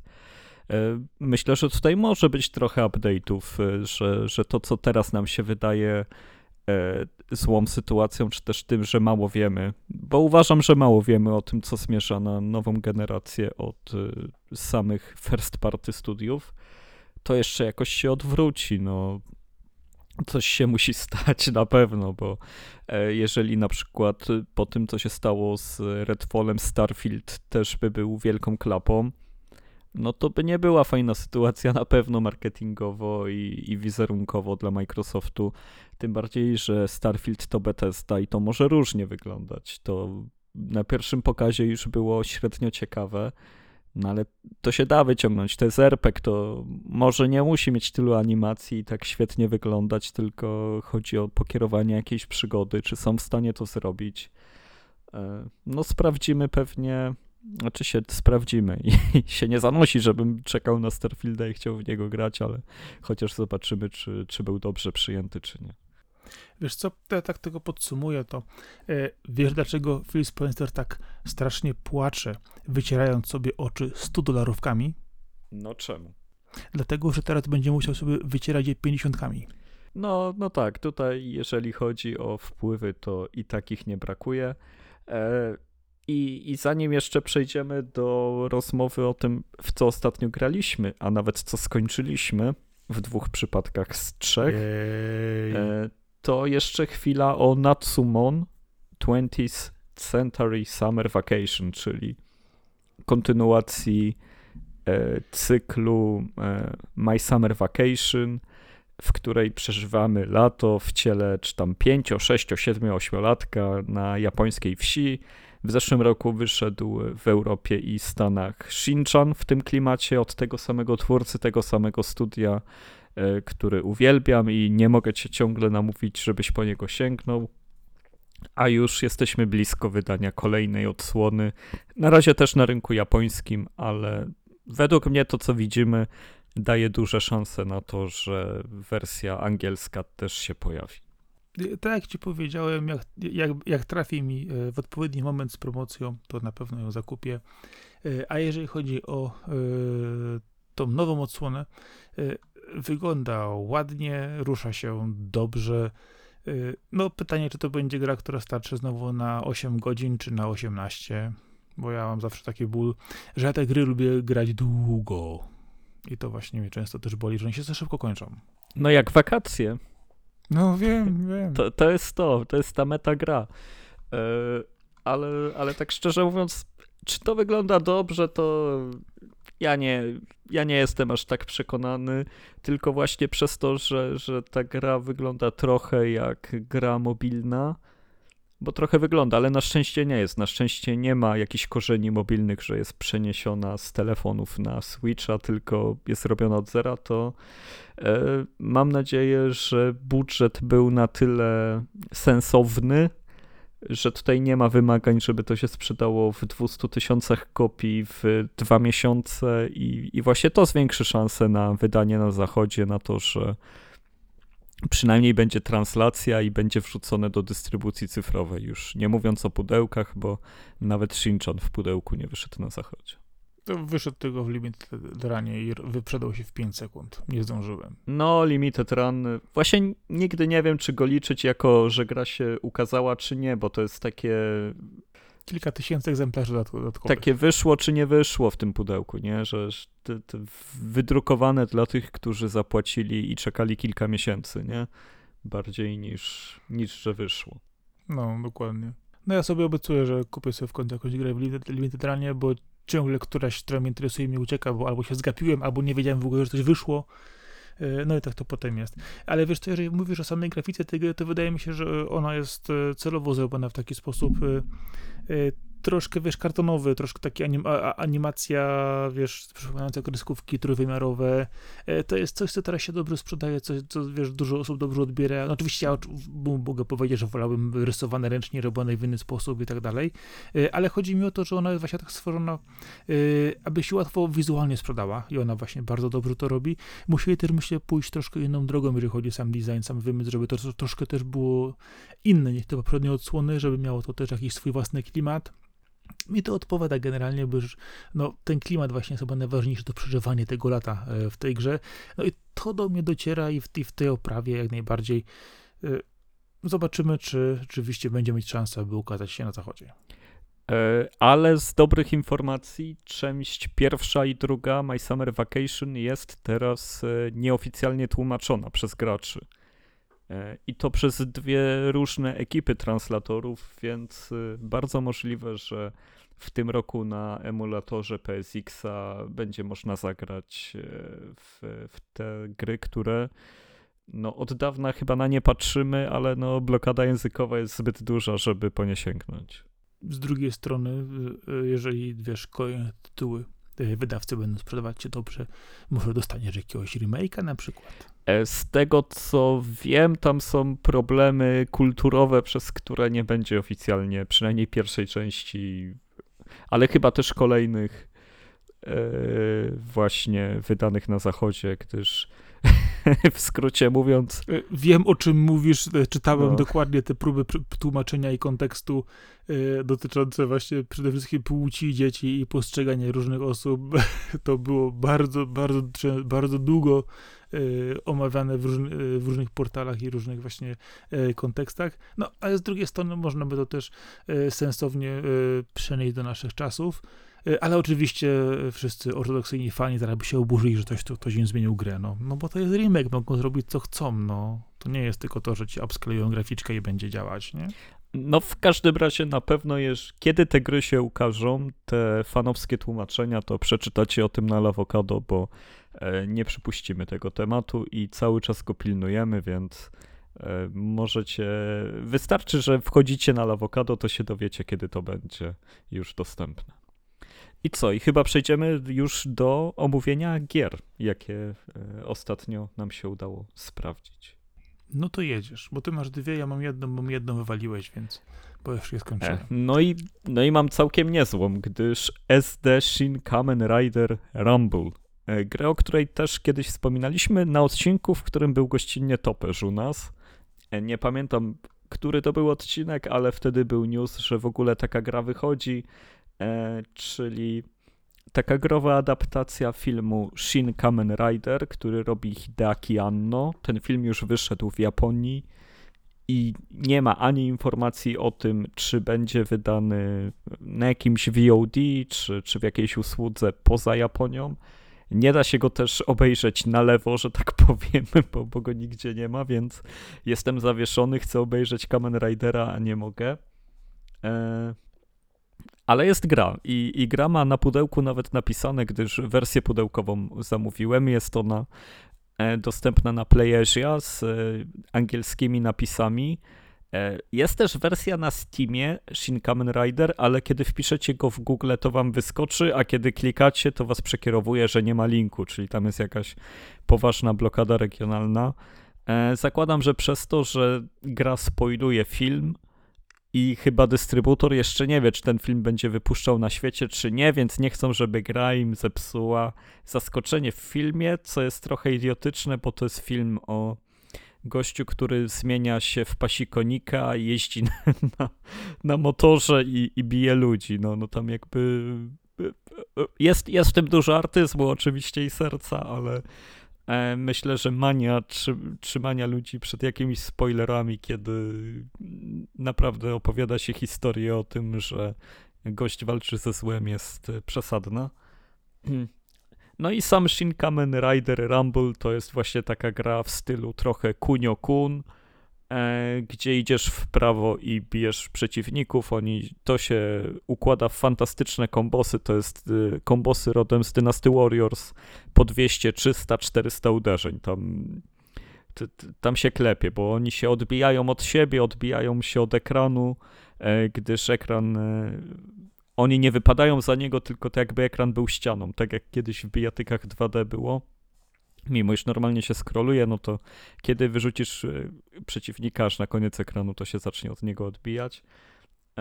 myślę, że tutaj może być trochę update'ów, że, że to, co teraz nam się wydaje złą sytuacją, czy też tym, że mało wiemy, bo uważam, że mało wiemy o tym, co zmierza na nową generację od samych first party studiów, to jeszcze jakoś się odwróci, no coś się musi stać na pewno, bo jeżeli na przykład po tym, co się stało z Redfallem, Starfield też by był wielką klapą, no to by nie była fajna sytuacja na pewno marketingowo i, i wizerunkowo dla Microsoftu, tym bardziej, że Starfield to Bethesda i to może różnie wyglądać. To na pierwszym pokazie już było średnio ciekawe, no ale to się da wyciągnąć. To jest er pe gie, to może nie musi mieć tylu animacji i tak świetnie wyglądać, tylko chodzi o pokierowanie jakiejś przygody, czy są w stanie to zrobić. No sprawdzimy pewnie Znaczy się sprawdzimy i się nie zanosi, żebym czekał na Starfielda i chciał w niego grać, ale chociaż zobaczymy, czy, czy był dobrze przyjęty, czy nie. Wiesz co, ja tak tego podsumuję, to e, wiesz dlaczego Phil Spencer tak strasznie płacze, wycierając sobie oczy stu dolarówkami? No czemu? Dlatego, że teraz będzie musiał sobie wycierać je pięćdziesiątkami. No, no tak, tutaj jeżeli chodzi o wpływy, to i takich nie brakuje. E, i, I zanim jeszcze przejdziemy do rozmowy o tym, w co ostatnio graliśmy, a nawet co skończyliśmy, w dwóch przypadkach z trzech, e, to jeszcze chwila o Natsumon twentieth Century Summer Vacation, czyli kontynuacji e, cyklu e, My Summer Vacation, w której przeżywamy lato w ciele czy tam pięcio, sześcio, siedmiu, ośmiolatka na japońskiej wsi. W zeszłym roku wyszedł w Europie i Stanach Shin-chan w tym klimacie od tego samego twórcy, tego samego studia, który uwielbiam i nie mogę cię ciągle namówić, żebyś po niego sięgnął. A już jesteśmy blisko wydania kolejnej odsłony. Na razie też na rynku japońskim, ale według mnie to, co widzimy, daje duże szanse na to, że wersja angielska też się pojawi. Tak jak ci powiedziałem, jak, jak, jak trafi mi w odpowiedni moment z promocją, to na pewno ją zakupię. A jeżeli chodzi o y, tą nową odsłonę, y, wygląda ładnie, rusza się dobrze. Y, no pytanie, czy to będzie gra, która starczy znowu na osiem godzin, czy na osiemnaście, bo ja mam zawsze taki ból, że ja te gry lubię grać długo. I to właśnie mnie często też boli, że one się za szybko kończą. No jak wakacje. No wiem, wiem. To, to jest to, to jest ta metagra. Yy, ale, ale tak szczerze mówiąc, czy to wygląda dobrze, to ja nie, ja nie jestem aż tak przekonany, tylko właśnie przez to, że, że ta gra wygląda trochę jak gra mobilna, bo trochę wygląda, ale na szczęście nie jest. Na szczęście nie ma jakichś korzeni mobilnych, że jest przeniesiona z telefonów na Switcha, tylko jest robiona od zera, to e, mam nadzieję, że budżet był na tyle sensowny, że tutaj nie ma wymagań, żeby to się sprzedało w dwustu tysiącach kopii w dwa miesiące i, i właśnie to zwiększy szanse na wydanie na zachodzie, na to, że przynajmniej będzie translacja i będzie wrzucone do dystrybucji cyfrowej, już nie mówiąc o pudełkach, bo nawet Shin-chan w pudełku nie wyszedł na zachodzie. To wyszedł tego w Limited Runie i wyprzedał się w pięć sekund. Nie zdążyłem. No, Limited Run, właśnie nigdy nie wiem, czy go liczyć jako, że gra się ukazała, czy nie, bo to jest takie... Kilka tysięcy egzemplarzy dodatkowych. Takie wyszło, czy nie wyszło w tym pudełku, nie? Że te, te wydrukowane dla tych, którzy zapłacili i czekali kilka miesięcy, nie? Bardziej niż, niż że wyszło. No, dokładnie. No ja sobie obiecuję, że kupię sobie w końcu jakąś grę w Limited Runie, bo ciągle któraś, która mnie interesuje, mi ucieka, bo albo się zgapiłem, albo nie wiedziałem w ogóle, że coś wyszło. No i tak to potem jest. Ale wiesz, to jeżeli mówisz o samej grafice tej gry, to wydaje mi się, że ona jest celowo zrobiona w taki sposób troszkę, wiesz, kartonowy, troszkę taka anim, animacja, wiesz, przypominająca kreskówki trójwymiarowe. To jest coś, co teraz się dobrze sprzedaje, coś, co, wiesz, dużo osób dobrze odbiera. No oczywiście ja mogę powiedzieć, że wolałbym rysowane ręcznie, robione w inny sposób i tak dalej, ale chodzi mi o to, że ona jest właśnie tak stworzona, aby się łatwo wizualnie sprzedała i ona właśnie bardzo dobrze to robi. Musieli też, myślę, pójść troszkę inną drogą, jeżeli chodzi o sam design, sam wymysł, żeby to troszkę też było inne niż te poprzednie odsłony, żeby miało to też jakiś swój własny klimat. Mi to odpowiada generalnie, bo już, no, ten klimat właśnie jest chyba najważniejszy, to przeżywanie tego lata w tej grze. No i to do mnie dociera i w tej, w tej oprawie jak najbardziej. Zobaczymy, czy rzeczywiście będzie mieć szansę, aby ukazać się na zachodzie. Ale z dobrych informacji część pierwsza i druga My Summer Vacation jest teraz nieoficjalnie tłumaczona przez graczy. I to przez dwie różne ekipy translatorów, więc bardzo możliwe, że w tym roku na emulatorze P S X-a będzie można zagrać w, w te gry, które no od dawna chyba na nie patrzymy, ale no blokada językowa jest zbyt duża, żeby po nie sięgnąć. Z drugiej strony, jeżeli wiesz, kolejne tytuły wydawcy będą sprzedawać się dobrze, może dostaniesz jakiegoś remake'a na przykład. Z tego, co wiem, tam są problemy kulturowe, przez które nie będzie oficjalnie, przynajmniej pierwszej części, ale chyba też kolejnych e, właśnie wydanych na zachodzie, gdyż w skrócie mówiąc... Wiem, o czym mówisz, czytałem No. dokładnie te próby tłumaczenia i kontekstu y, dotyczące właśnie przede wszystkim płci dzieci i postrzegania różnych osób. To było bardzo, bardzo, bardzo długo y, omawiane w, różny, w różnych portalach i różnych właśnie y, kontekstach. No, ale z drugiej strony można by to też y, sensownie y, przenieść do naszych czasów. Ale oczywiście wszyscy ortodoksyjni fani zaraz by się oburzyli, że ktoś, ktoś im zmienił grę, no. No bo to jest remake, mogą zrobić co chcą, no. To nie jest tylko to, że ci upscalują graficzkę i będzie działać, nie? No w każdym razie na pewno, jeż, kiedy te gry się ukażą, te fanowskie tłumaczenia, to przeczytacie o tym na Lawokado, bo e, nie przypuścimy tego tematu i cały czas go pilnujemy, więc e, możecie, wystarczy, że wchodzicie na Lawokado, to się dowiecie, kiedy to będzie już dostępne. I co? I chyba przejdziemy już do omówienia gier, jakie e, ostatnio nam się udało sprawdzić. No to jedziesz, bo ty masz dwie, ja mam jedną, bo mi jedną wywaliłeś, więc bo już je skończyłem. E, no, i, no i mam całkiem niezłą, gdyż S D Shin Kamen Rider Rumble. E, grę, o której też kiedyś wspominaliśmy na odcinku, w którym był gościnnie Toperz u nas. E, nie pamiętam, który to był odcinek, ale wtedy był news, że w ogóle taka gra wychodzi. E, czyli taka growa adaptacja filmu Shin Kamen Rider, który robi Hideaki Anno. Ten film już wyszedł w Japonii i nie ma ani informacji o tym, czy będzie wydany na jakimś V O D, czy, czy w jakiejś usłudze poza Japonią. Nie da się go też obejrzeć na lewo, że tak powiem, bo, bo go nigdzie nie ma, więc jestem zawieszony, chcę obejrzeć Kamen Ridera, a nie mogę. E, Ale jest gra I, i gra ma na pudełku nawet napisane, gdyż wersję pudełkową zamówiłem. Jest ona e, dostępna na PlayAsia z e, angielskimi napisami. E, jest też wersja na Steamie Shin Kamen Rider, ale kiedy wpiszecie go w Google, to wam wyskoczy, a kiedy klikacie, to was przekierowuje, że nie ma linku, czyli tam jest jakaś poważna blokada regionalna. E, zakładam, że przez to, że gra spoiluje film, i chyba dystrybutor jeszcze nie wie, czy ten film będzie wypuszczał na świecie, czy nie, więc nie chcą, żeby gra im zepsuła zaskoczenie w filmie, co jest trochę idiotyczne, bo to jest film o gościu, który zmienia się w pasikonika, jeździ na, na, na motorze i, i bije ludzi. No, no tam jakby jest, jest w tym dużo artyzmu oczywiście i serca, ale myślę, że mania, trzymania ludzi przed jakimiś spoilerami, kiedy naprawdę opowiada się historię o tym, że gość walczy ze złem, jest przesadna. No i sam Shin Kamen Rider Rumble to jest właśnie taka gra w stylu trochę Kunio-kun, e, gdzie idziesz w prawo i bijesz przeciwników. Oni, to się układa w fantastyczne kombosy. To jest y, kombosy rodem z Dynasty Warriors po dwieście, trzysta, czterysta uderzeń. Tam, t, t, tam się klepie, bo oni się odbijają od siebie, odbijają się od ekranu, e, gdyż ekran... E, oni nie wypadają za niego, tylko tak jakby ekran był ścianą, tak jak kiedyś w bijatykach dwa D było. Mimo iż normalnie się scrolluje, no to kiedy wyrzucisz y, przeciwnika aż na koniec ekranu, to się zacznie od niego odbijać. Yy,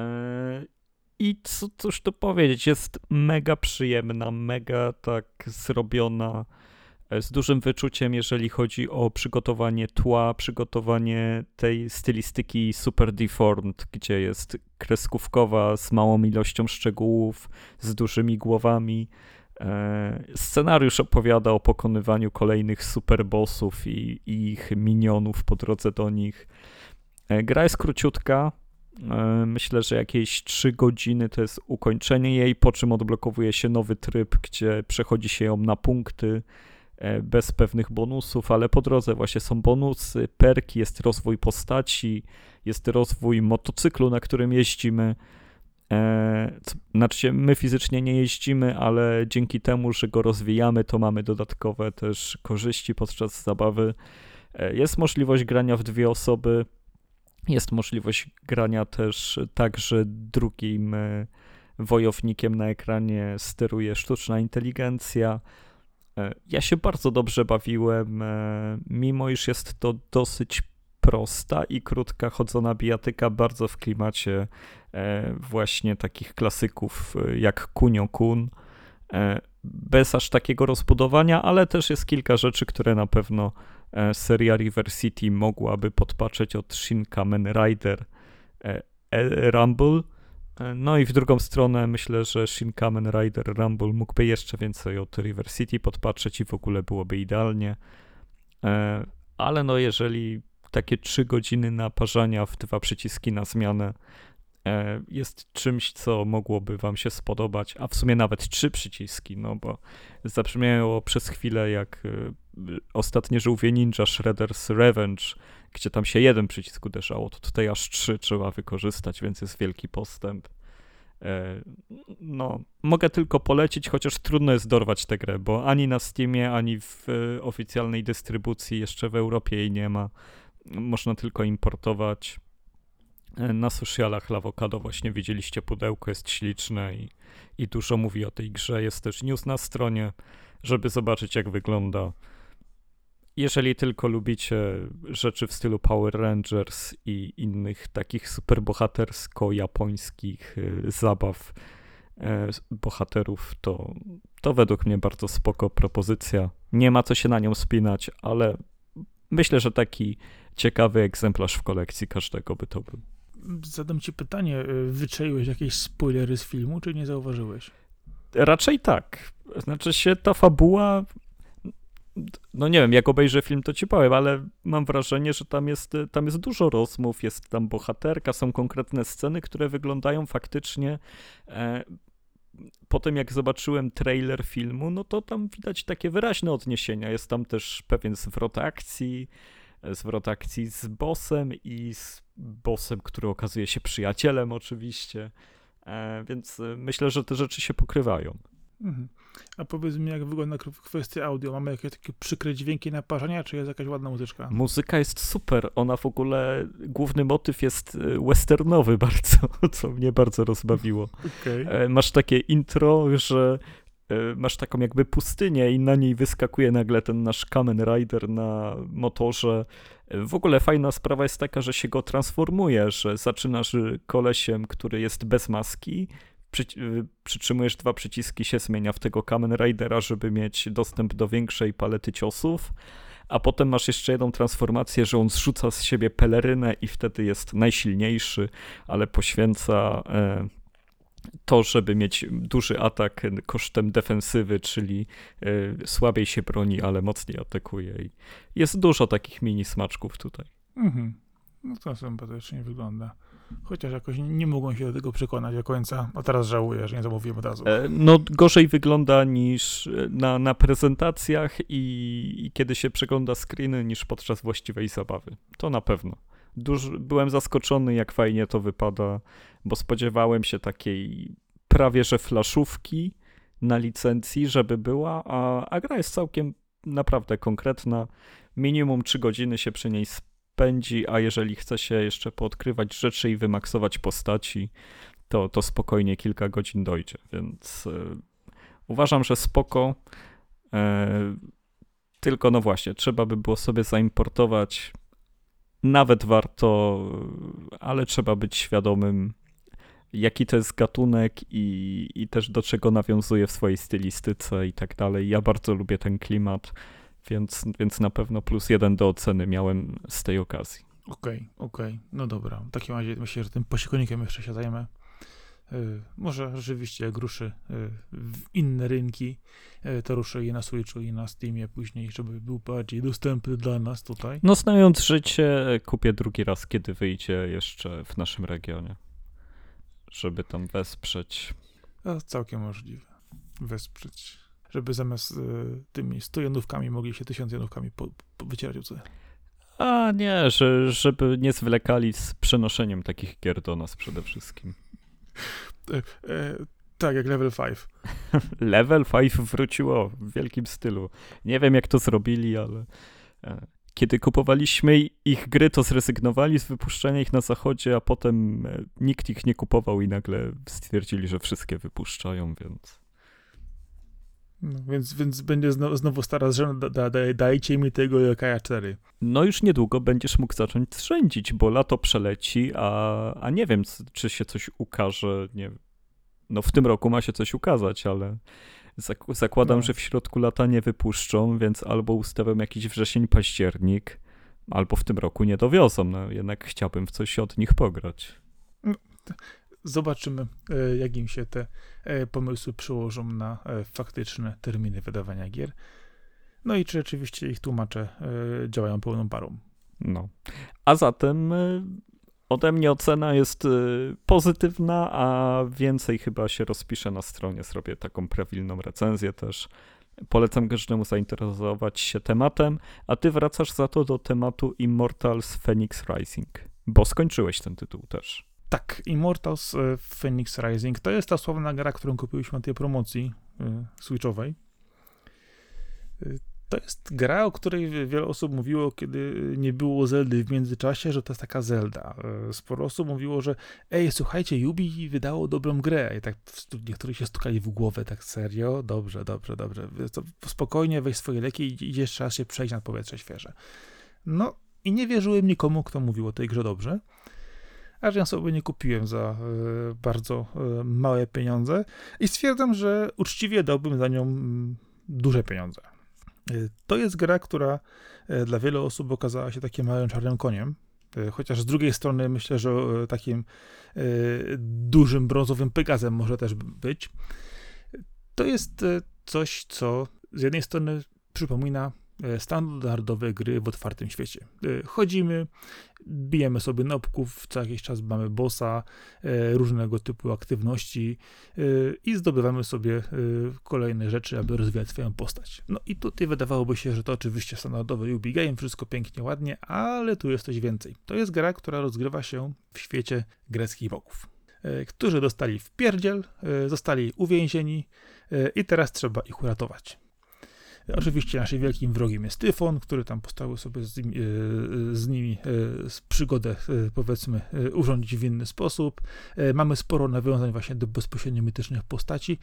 I co, cóż tu powiedzieć, jest mega przyjemna, mega tak zrobiona, z dużym wyczuciem, jeżeli chodzi o przygotowanie tła, przygotowanie tej stylistyki super deformed, gdzie jest kreskówkowa z małą ilością szczegółów, z dużymi głowami. Scenariusz opowiada o pokonywaniu kolejnych superbossów i, i ich minionów po drodze do nich. Gra jest króciutka. Myślę, że jakieś trzy godziny to jest ukończenie jej, po czym odblokowuje się nowy tryb, gdzie przechodzi się ją na punkty bez pewnych bonusów, ale po drodze właśnie są bonusy, perki, jest rozwój postaci, jest rozwój motocyklu, na którym jeździmy. E, znaczy my fizycznie nie jeździmy, ale dzięki temu, że go rozwijamy, to mamy dodatkowe też korzyści podczas zabawy. E, jest możliwość grania w dwie osoby, jest możliwość grania też tak, że drugim e, wojownikiem na ekranie steruje sztuczna inteligencja. E, ja się bardzo dobrze bawiłem, e, mimo iż jest to dosyć prosta i krótka chodzona bijatyka, bardzo w klimacie e, właśnie takich klasyków e, jak Kunio-kun, e, bez aż takiego rozbudowania, ale też jest kilka rzeczy, które na pewno e, seria River City mogłaby podpatrzeć od Shin Kamen Rider e, e, Rumble. E, no i w drugą stronę myślę, że Shin Kamen Rider Rumble mógłby jeszcze więcej od River City podpatrzeć i w ogóle byłoby idealnie. E, ale no jeżeli takie trzy godziny naparzania w dwa przyciski na zmianę e, jest czymś, co mogłoby wam się spodobać, a w sumie nawet trzy przyciski, no bo zabrzmiało przez chwilę jak e, ostatnie żółwie ninja Shredder's Revenge, gdzie tam się jeden przycisk uderzało, to tutaj aż trzy trzeba wykorzystać, więc jest wielki postęp. E, no, mogę tylko polecić, chociaż trudno jest dorwać tę grę, bo ani na Steamie, ani w e, oficjalnej dystrybucji jeszcze w Europie jej nie ma. Można tylko importować. Na socialach Lawokado właśnie widzieliście pudełko, jest śliczne i, i dużo mówi o tej grze. Jest też news na stronie, żeby zobaczyć jak wygląda. Jeżeli tylko lubicie rzeczy w stylu Power Rangers i innych takich superbohatersko-japońskich y, zabaw y, bohaterów, to, to według mnie bardzo spoko propozycja. Nie ma co się na nią spinać, ale myślę, że taki ciekawy egzemplarz w kolekcji każdego by to był. Zadam ci pytanie, wyczaiłeś jakieś spoilery z filmu, czy nie zauważyłeś? Raczej tak. Znaczy się ta fabuła, no nie wiem, jak obejrzę film, to ci powiem, ale mam wrażenie, że tam jest, tam jest dużo rozmów, jest tam bohaterka, są konkretne sceny, które wyglądają faktycznie... E, po tym jak zobaczyłem trailer filmu, no to tam widać takie wyraźne odniesienia. Jest tam też pewien zwrot akcji, zwrot akcji z bossem i z bossem, który okazuje się przyjacielem oczywiście, e, więc myślę, że te rzeczy się pokrywają. Mhm. A powiedz mi, jak wygląda kwestia audio? Mamy jakieś takie przykre dźwięki naparzania, czy jest jakaś ładna muzyczka? Muzyka jest super, ona w ogóle, główny motyw jest westernowy bardzo, co mnie bardzo rozbawiło. Okay. Masz takie intro, że masz taką jakby pustynię i na niej wyskakuje nagle ten nasz Kamen Rider na motorze. W ogóle fajna sprawa jest taka, że się go transformuje, że zaczynasz kolesiem, który jest bez maski, Przy, przytrzymujesz dwa przyciski, się zmienia w tego Kamen Ridera, żeby mieć dostęp do większej palety ciosów, a potem masz jeszcze jedną transformację, że on zrzuca z siebie pelerynę i wtedy jest najsilniejszy, ale poświęca e, to, żeby mieć duży atak kosztem defensywy, czyli e, słabiej się broni, ale mocniej atakuje. I jest dużo takich mini smaczków tutaj. Mhm. No to sympatycznie wygląda. Chociaż jakoś nie mogą się do tego przekonać do końca, a teraz żałuję, że nie zamówiłem od razu. No gorzej wygląda niż na, na prezentacjach i, i kiedy się przegląda screeny niż podczas właściwej zabawy. To na pewno. Duż, byłem zaskoczony, jak fajnie to wypada, bo spodziewałem się takiej prawie że flaszówki na licencji, żeby była, a, a gra jest całkiem naprawdę konkretna. Minimum trzy godziny się przy niej spędzi, a jeżeli chce się jeszcze poodkrywać rzeczy i wymaksować postaci, to, to spokojnie kilka godzin dojdzie, więc y, uważam, że spoko, y, tylko no właśnie, trzeba by było sobie zaimportować, nawet warto, ale trzeba być świadomym, jaki to jest gatunek i, i też do czego nawiązuje w swojej stylistyce i tak dalej. Ja bardzo lubię ten klimat, Więc, więc na pewno plus jeden do oceny miałem z tej okazji. Okej, okay, okej. Okay. No dobra. W takim razie myślę, że tym posiekonikiem jeszcze się zajmę. Yy, może rzeczywiście jak ruszy yy, w inne rynki, yy, to ruszę je na Switchu i na Steamie później, żeby był bardziej dostępny dla nas tutaj. No znając życie, kupię drugi raz, kiedy wyjdzie jeszcze w naszym regionie. Żeby tam wesprzeć. No, całkiem możliwe. Wesprzeć. Żeby zamiast y, tymi stu jenówkami mogli się tysiąc jenówkami po, po wycierać ucy. A nie, że, żeby nie zwlekali z przenoszeniem takich gier do nas przede wszystkim. E, e, tak, jak Level pięć. Level pięć wróciło w wielkim stylu. Nie wiem, jak to zrobili, ale e, kiedy kupowaliśmy ich gry, to zrezygnowali z wypuszczania ich na zachodzie, a potem e, nikt ich nie kupował i nagle stwierdzili, że wszystkie wypuszczają, więc... No, więc, więc będzie znowu, znowu stara zrzęda, da, da, dajcie mi tego Yokaja cztery. No już niedługo będziesz mógł zacząć trzędzić, bo lato przeleci, a, a nie wiem, czy się coś ukaże, nie no w tym roku ma się coś ukazać, ale zak- zakładam, no. że w środku lata nie wypuszczą, więc albo ustawiam jakiś wrzesień, październik, albo w tym roku nie dowiozą, no jednak chciałbym w coś od nich pograć. No, zobaczymy, jak im się te pomysły przełożą na faktyczne terminy wydawania gier. No i czy rzeczywiście ich tłumacze działają pełną parą. No. A zatem ode mnie ocena jest pozytywna, a więcej chyba się rozpiszę na stronie, zrobię taką prawilną recenzję też. Polecam każdemu zainteresować się tematem, a ty wracasz za to do tematu Immortals Fenyx Rising, bo skończyłeś ten tytuł też. Tak, Immortals Fenyx Rising to jest ta sławna gra, którą kupiliśmy na tej promocji y, switchowej. Y, to jest gra, o której wiele osób mówiło, kiedy nie było Zeldy w międzyczasie, że to jest taka Zelda. Y, sporo osób mówiło, że ej, słuchajcie, Yubi wydało dobrą grę. I tak niektórzy się stukali w głowę, tak serio, dobrze, dobrze, dobrze. To spokojnie, weź swoje leki i idziesz, trzeba się przejść na powietrze świeże. No i nie wierzyłem nikomu, kto mówił o tej grze dobrze. Aż ja sobie nie kupiłem za y, bardzo y, małe pieniądze i stwierdzam, że uczciwie dałbym za nią y, duże pieniądze. Y, to jest gra, która y, dla wielu osób okazała się takim małym czarnym koniem, y, chociaż z drugiej strony myślę, że y, takim y, dużym brązowym Pegazem może też być. To jest y, coś, co z jednej strony przypomina standardowe gry w otwartym świecie. Chodzimy, bijemy sobie nopków, co jakiś czas mamy bossa, różnego typu aktywności i zdobywamy sobie kolejne rzeczy, aby rozwijać swoją postać. No i tutaj wydawałoby się, że to oczywiście standardowy Yubi Game, wszystko pięknie, ładnie, ale tu jest coś więcej. To jest gra, która rozgrywa się w świecie greckich bogów, którzy dostali wpierdziel, zostali uwięzieni i teraz trzeba ich uratować. Oczywiście naszym wielkim wrogiem jest Tyfon, który tam postanowił sobie z, nimi, z nimi z przygodę, powiedzmy, urządzić w inny sposób. Mamy sporo nawiązań właśnie do bezpośrednio mitycznych postaci.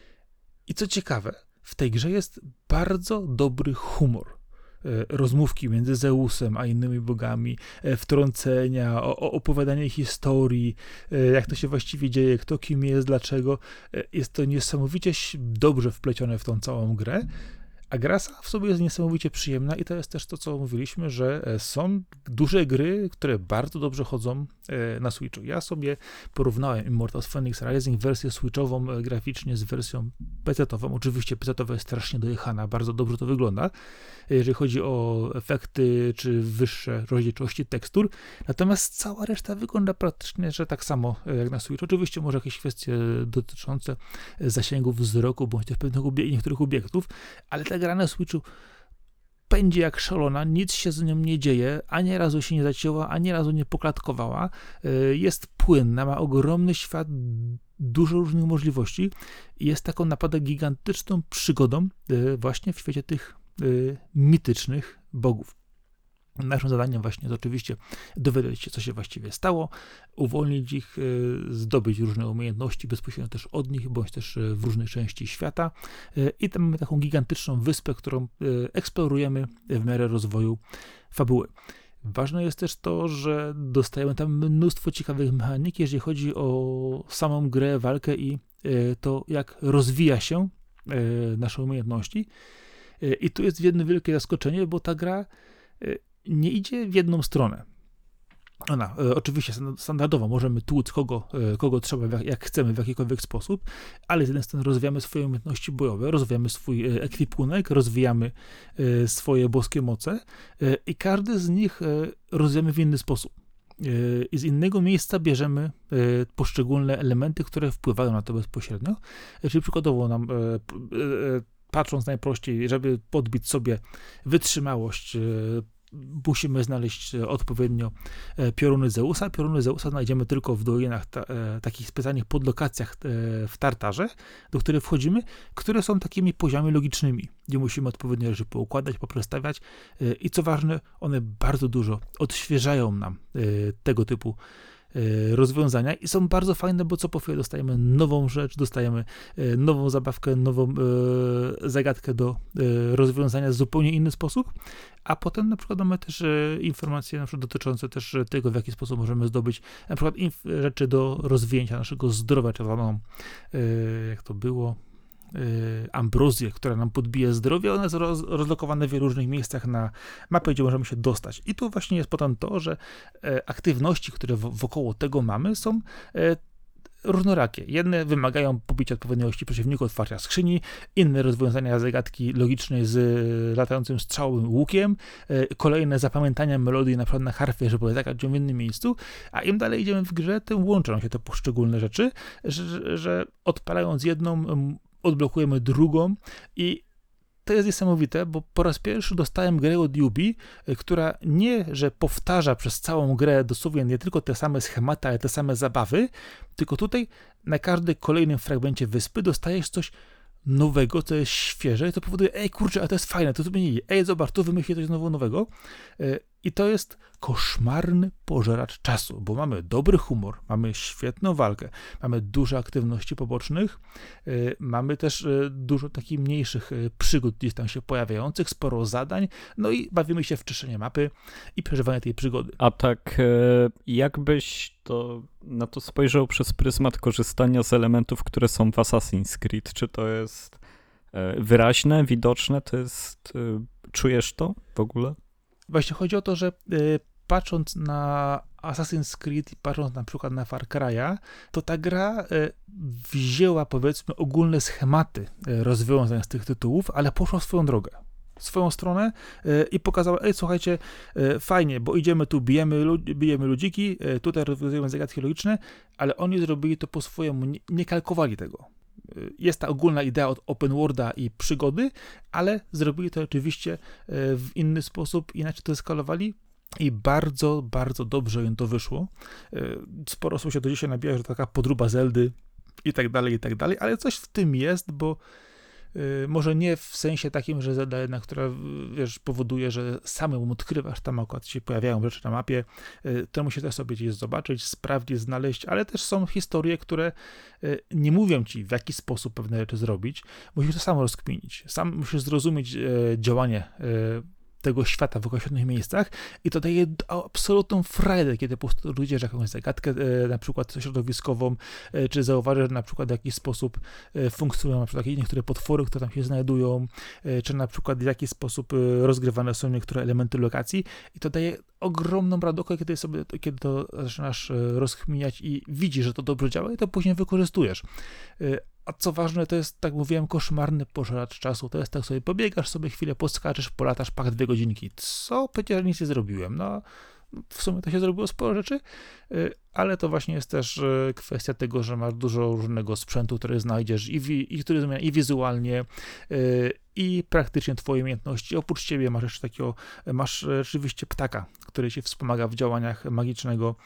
I co ciekawe, w tej grze jest bardzo dobry humor. Rozmówki między Zeusem a innymi bogami, wtrącenia, opowiadanie historii, jak to się właściwie dzieje, kto kim jest, dlaczego. Jest to niesamowicie dobrze wplecione w tą całą grę. A gra sama w sobie jest niesamowicie przyjemna i to jest też to, co mówiliśmy, że są duże gry, które bardzo dobrze chodzą na Switchu. Ja sobie porównałem Immortals Fenyx Rising wersję switchową graficznie z wersją pecetową. Oczywiście pecetowa jest strasznie dojechana, bardzo dobrze to wygląda, jeżeli chodzi o efekty czy wyższe rozdzielczości tekstur. Natomiast cała reszta wygląda praktycznie, że tak samo jak na Switch. Oczywiście może jakieś kwestie dotyczące zasięgów wzroku bądź też pewnych obie- niektórych obiektów, ale ta gra na Switchu pędzi jak szalona, nic się z nią nie dzieje, ani razu się nie zacięła, ani razu nie poklatkowała, jest płynna, ma ogromny świat, dużo różnych możliwości i jest taką naprawdę gigantyczną przygodą właśnie w świecie tych mitycznych bogów. Naszym zadaniem właśnie jest oczywiście dowiedzieć się, co się właściwie stało, uwolnić ich, zdobyć różne umiejętności bezpośrednio też od nich, bądź też w różnej części świata. I tam mamy taką gigantyczną wyspę, którą eksplorujemy w miarę rozwoju fabuły. Ważne jest też to, że dostajemy tam mnóstwo ciekawych mechanik, jeżeli chodzi o samą grę, walkę i to, jak rozwija się nasze umiejętności. I tu jest jedno wielkie zaskoczenie, bo ta gra nie idzie w jedną stronę. Ona e, oczywiście standardowo możemy tłuc kogo, e, kogo trzeba, jak, jak chcemy, w jakikolwiek sposób, ale z jednej strony rozwijamy swoje umiejętności bojowe, rozwijamy swój e, ekwipunek, rozwijamy e, swoje boskie moce e, i każdy z nich e, rozwijamy w inny sposób. E, I z innego miejsca bierzemy e, poszczególne elementy, które wpływają na to bezpośrednio. E, czyli przykładowo nam e, e, patrząc najprościej, żeby podbić sobie wytrzymałość, e, musimy znaleźć odpowiednio pioruny Zeusa. Pioruny Zeusa znajdziemy tylko w dolinach, ta, e, takich specjalnych podlokacjach e, w Tartarze, do których wchodzimy, które są takimi poziomami logicznymi, gdzie musimy odpowiednio rzeczy poukładać, poprzestawiać e, i co ważne, one bardzo dużo odświeżają nam e, tego typu rozwiązania i są bardzo fajne, bo co po chwili dostajemy nową rzecz, dostajemy nową zabawkę, nową zagadkę do rozwiązania w zupełnie inny sposób, a potem na przykład mamy też informacje na przykład dotyczące też tego, w jaki sposób możemy zdobyć na przykład rzeczy do rozwinięcia naszego zdrowia, czy zwaną, jak to było, ambrozję, która nam podbija zdrowie, ona jest roz, rozlokowana w wielu różnych miejscach na mapie, gdzie możemy się dostać. I tu właśnie jest potem to, że aktywności, które wokoło tego mamy, są różnorakie. Jedne wymagają pobicia odpowiedniej ilości przeciwników, otwarcia skrzyni, inne rozwiązania zagadki logicznej z latającym strzałowym łukiem, kolejne zapamiętania melodii na przykład na harfie, żeby zagrać ją w innym miejscu, a im dalej idziemy w grze, tym łączą się te poszczególne rzeczy, że, że odpalając jedną, odblokujemy drugą i to jest niesamowite, bo po raz pierwszy dostałem grę od Yubi, która nie, że powtarza przez całą grę dosłownie nie tylko te same schematy, ale te same zabawy, tylko tutaj na każdym kolejnym fragmencie wyspy dostajesz coś nowego, co jest świeże i to powoduje, ej kurczę, a to jest fajne, to zmienili, ej zobacz, tu wymyślili coś znowu nowego i to jest koszmarny pożeracz czasu, bo mamy dobry humor, mamy świetną walkę, mamy dużo aktywności pobocznych, mamy też dużo takich mniejszych przygód gdzieś tam się pojawiających, sporo zadań, no i bawimy się w czyszczenie mapy i przeżywanie tej przygody. A tak jakbyś to na to spojrzał przez pryzmat korzystania z elementów, które są w Assassin's Creed, czy to jest wyraźne, widoczne, to jest, czujesz to w ogóle? Właśnie chodzi o to, że y, patrząc na Assassin's Creed i patrząc na przykład na Far Cry'a, to ta gra y, wzięła powiedzmy ogólne schematy y, rozwiązań z tych tytułów, ale poszła w swoją drogę, w swoją stronę y, i pokazała, ej słuchajcie, y, fajnie, bo idziemy tu, bijemy, lud- bijemy ludziki, y, tutaj rozwiązujemy zagadki logiczne, ale oni zrobili to po swojemu, nie, nie kalkowali tego. Jest ta ogólna idea od open worlda i przygody, ale zrobili to oczywiście w inny sposób, inaczej to skalowali i bardzo, bardzo dobrze im to wyszło. Sporo osób się do dzisiaj nabija, że to taka podróba Zeldy i tak dalej, i tak dalej, ale coś w tym jest, bo może nie w sensie takim, że Zelda jednak, która wiesz, powoduje, że samemu odkrywasz, tam akurat się pojawiają rzeczy na mapie, to musisz też sobie gdzieś zobaczyć, sprawdzić, znaleźć, ale też są historie, które nie mówią ci, w jaki sposób pewne rzeczy zrobić. Musisz to sam rozkminić, sam musisz zrozumieć działanie tego świata w określonych miejscach i to daje absolutną frajdę, kiedy po prostu ludzie jakąś zagadkę e, na przykład środowiskową, e, czy zauważysz na przykład w jaki sposób e, funkcjonują na przykład niektóre potwory, które tam się znajdują, e, czy na przykład w jaki sposób e, rozgrywane są niektóre elementy lokacji i to daje ogromną radość, kiedy sobie, kiedy to zaczynasz e, rozchminiać i widzisz, że to dobrze działa i to później wykorzystujesz. E, A co ważne, to jest, tak mówiłem, koszmarny pożeracz czasu. To jest tak sobie, pobiegasz sobie chwilę, poskaczesz, polatasz, pak, dwie godzinki. Co? Przecież nic nie zrobiłem. No, w sumie to się zrobiło sporo rzeczy, ale to właśnie jest też kwestia tego, że masz dużo różnego sprzętu, który znajdziesz i, wi- i który zmienia i wizualnie, i praktycznie twoje umiejętności. Oprócz ciebie masz jeszcze takiego, masz rzeczywiście ptaka, który ci wspomaga w działaniach magicznego,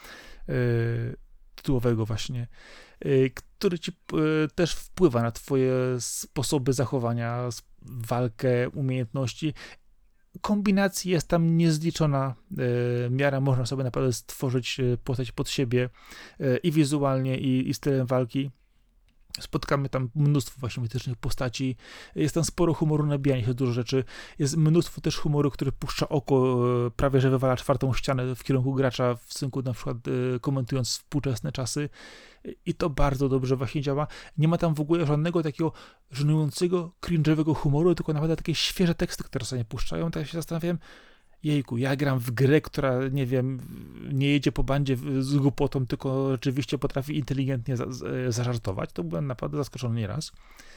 tytułowego właśnie, który ci też wpływa na twoje sposoby zachowania, walkę, umiejętności. Kombinacji jest tam niezliczona miara, można sobie naprawdę stworzyć postać pod siebie i wizualnie, i, i stylem walki. Spotkamy tam mnóstwo właśnie mitycznych postaci, jest tam sporo humoru, nabijania się dużo rzeczy, jest mnóstwo też humoru, który puszcza oko, prawie że wywala czwartą ścianę w kierunku gracza, w synku na przykład komentując współczesne czasy i to bardzo dobrze właśnie działa. Nie ma tam w ogóle żadnego takiego żenującego, cringe'owego humoru, tylko naprawdę takie świeże teksty, które sobie puszczają, tak się zastanawiam, jejku, ja gram w grę, która, nie wiem, nie jedzie po bandzie z głupotą, tylko rzeczywiście potrafi inteligentnie za, z, zażartować. To byłem naprawdę zaskoczony nieraz.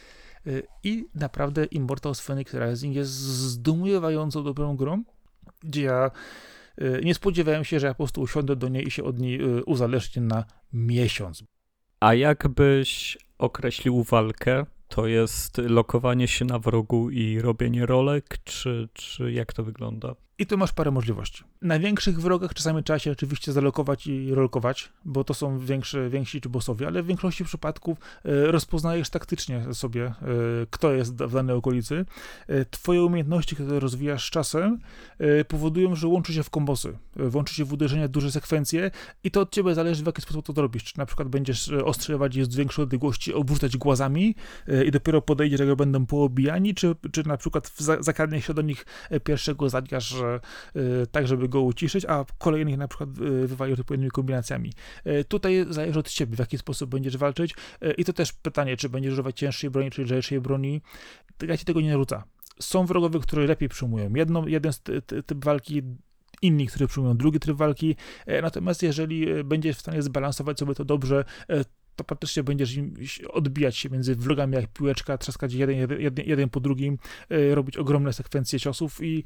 I naprawdę Immortals Phoenix Rising jest zdumiewająco dobrą grą, gdzie ja nie spodziewałem się, że ja po prostu usiądę do niej i się od niej uzależnię na miesiąc. A jakbyś określił walkę? To jest lokowanie się na wrogu i robienie rolek, czy, czy jak to wygląda? I tu masz parę możliwości. Na większych wrogach czasami trzeba się oczywiście zalokować i rolkować, bo to są większe, więksi czy bossowie, ale w większości przypadków e, rozpoznajesz taktycznie sobie, e, kto jest w danej okolicy. E, twoje umiejętności, które rozwijasz z czasem, e, powodują, że łączy się w kombosy, e, włączy się w uderzenia duże sekwencje i to od ciebie zależy, w jaki sposób to robisz. Czy na przykład będziesz ostrzeliwać je z większej odległości, obrzucać głazami e, i dopiero podejdzie, że będą poobijani, czy, czy na przykład zakradnie się do nich pierwszego zadźgasz, tak, żeby go uciszyć, a kolejnych na przykład wywalił odpowiednimi kombinacjami. Tutaj zależy od ciebie, w jaki sposób będziesz walczyć i to też pytanie, czy będziesz używać cięższej broni, czy lżejszej broni. Ja ci tego nie narzuca. Są wrogowie, które lepiej przyjmują jedną, jeden typ walki, inni, którzy przyjmują drugi tryb walki, natomiast jeżeli będziesz w stanie zbalansować sobie to dobrze, to praktycznie będziesz odbijać się między wrogami jak piłeczka, trzaskać jeden, jeden, jeden po drugim, robić ogromne sekwencje ciosów i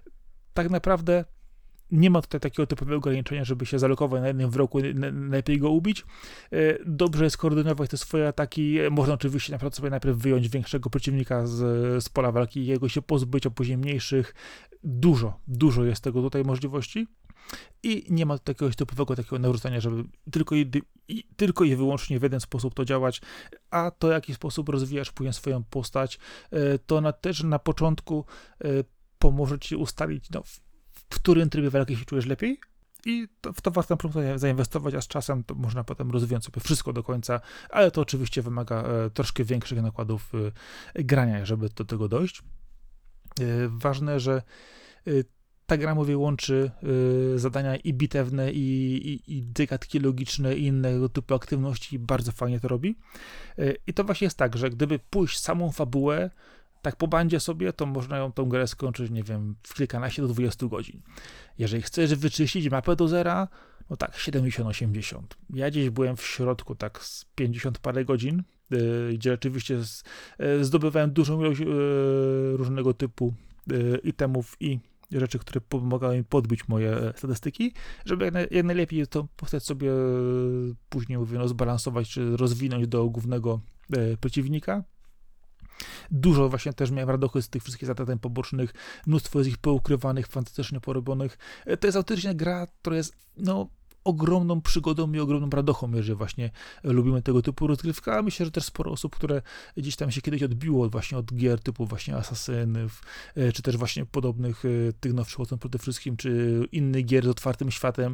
tak naprawdę nie ma tutaj takiego typowego ograniczenia, żeby się zalokować na jednym wrogu, najlepiej go ubić. Dobrze jest koordynować te swoje ataki. Można oczywiście na przykład sobie najpierw wyjąć większego przeciwnika z, z pola walki i jego się pozbyć, a później mniejszych. Dużo, dużo jest tego tutaj możliwości. I nie ma takiego typowego takiego narzucania, żeby tylko i, i, tylko i wyłącznie w jeden sposób to działać, a to w jaki sposób rozwijasz później swoją postać, to na, też na początku pomoże ci ustalić, no, w, w którym trybie walki się czujesz lepiej i to, w to warto zainwestować, a z czasem to można potem rozwijać sobie wszystko do końca, ale to oczywiście wymaga e, troszkę większych nakładów e, grania, żeby do tego dojść. E, ważne, że e, ta gra, mówię, łączy y, zadania i bitewne, i, i, i zagadki logiczne, i innego typu aktywności, bardzo fajnie to robi. Y, I to właśnie jest tak, że gdyby pójść samą fabułę, tak po bandzie sobie, to można ją tą grę skończyć, nie wiem, w kilkanaście do dwudziestu godzin. Jeżeli chcesz wyczyścić mapę do zera, no tak, siedemdziesiąt osiemdziesiąt. Ja gdzieś byłem w środku, tak z pięćdziesiąt parę godzin, y, gdzie rzeczywiście z, y, zdobywałem dużą ilość y, różnego typu y, itemów i rzeczy, które pomagały mi podbić moje statystyki, żeby jak, naj, jak najlepiej to postać sobie później, mówię, no, zbalansować, czy rozwinąć do głównego e, przeciwnika. Dużo właśnie też miałem radochy z tych wszystkich zadań pobocznych, mnóstwo jest ich poukrywanych, fantastycznie porobionych. E, to jest autentycznie gra, która jest, no, ogromną przygodą i ogromną radochą, jeżeli właśnie lubimy tego typu rozgrywkę, a myślę, że też sporo osób, które gdzieś tam się kiedyś odbiło właśnie od gier typu właśnie Asasynów, czy też właśnie podobnych, tych nowszych przede wszystkim, czy innych gier z otwartym światem,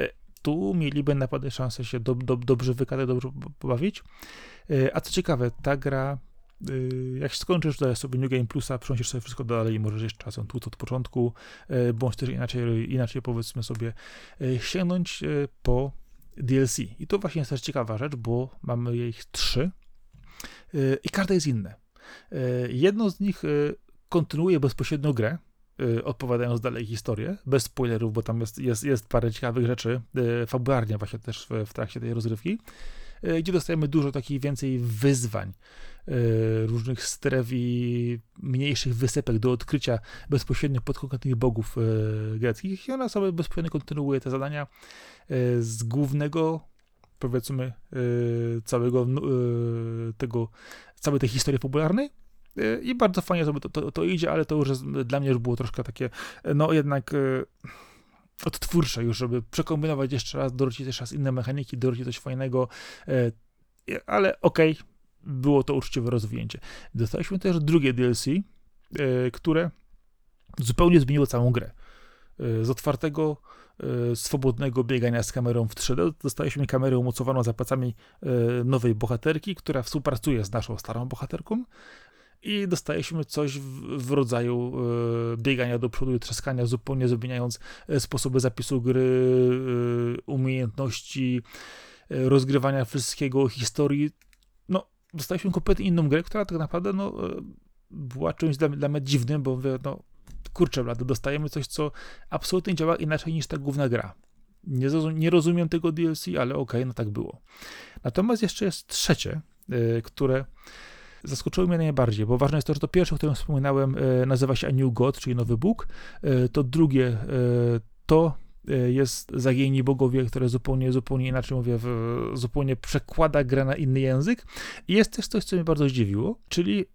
tu mieliby naprawdę szansę się do, do, dobrze wykazać, dobrze pobawić. A co ciekawe, ta gra, jak się skończysz, dajesz sobie New Game Plusa, przenosisz sobie wszystko dalej i możesz jeszcze czasem tu od początku, bądź też inaczej, inaczej powiedzmy sobie sięgnąć po D L C. I to właśnie jest też ciekawa rzecz, bo mamy ich trzy i każda jest inna. Jedno z nich kontynuuje bezpośrednio grę, odpowiadając dalej historię, bez spoilerów, bo tam jest, jest, jest parę ciekawych rzeczy, fabularnie właśnie też w, w trakcie tej rozgrywki, gdzie dostajemy dużo takich więcej wyzwań, różnych stref i mniejszych wysepek do odkrycia bezpośrednio pod konkretnych bogów greckich i ona sobie bezpośrednio kontynuuje te zadania z głównego, powiedzmy, całego tego, całej tej historii popularnej. I bardzo fajnie sobie to, to, to idzie, ale to już jest, dla mnie już było troszkę takie, no jednak odtwórcze już, żeby przekombinować jeszcze raz, dorzucić jeszcze raz inne mechaniki, dorzucić coś fajnego, ale okej, okay, było to uczciwe rozwinięcie. Dostaliśmy też drugie D L C, które zupełnie zmieniło całą grę. Z otwartego, swobodnego biegania z kamerą w trzy D dostaliśmy kamerę umocowaną za plecami nowej bohaterki, która współpracuje z naszą starą bohaterką. I dostaliśmy coś w, w rodzaju e, biegania do przodu i trzaskania, zupełnie zmieniając e, sposoby zapisu gry, e, umiejętności, e, rozgrywania wszystkiego, historii. No, dostaliśmy kompletnie inną grę, która tak naprawdę no, e, była czymś dla, dla mnie dziwnym, bo mówię, no kurczę blady, dostajemy coś, co absolutnie działa inaczej niż ta główna gra. Nie, nie rozumiem tego D L C, ale okej, okay, no tak było. Natomiast jeszcze jest trzecie, e, które zaskoczyło mnie najbardziej, bo ważne jest to, że to pierwsze, o którym wspominałem, nazywa się A New God, czyli Nowy Bóg. To drugie to jest Zagięci Bogowie, które zupełnie, zupełnie inaczej mówię, zupełnie przekłada grę na inny język. I jest też coś, co mnie bardzo zdziwiło, czyli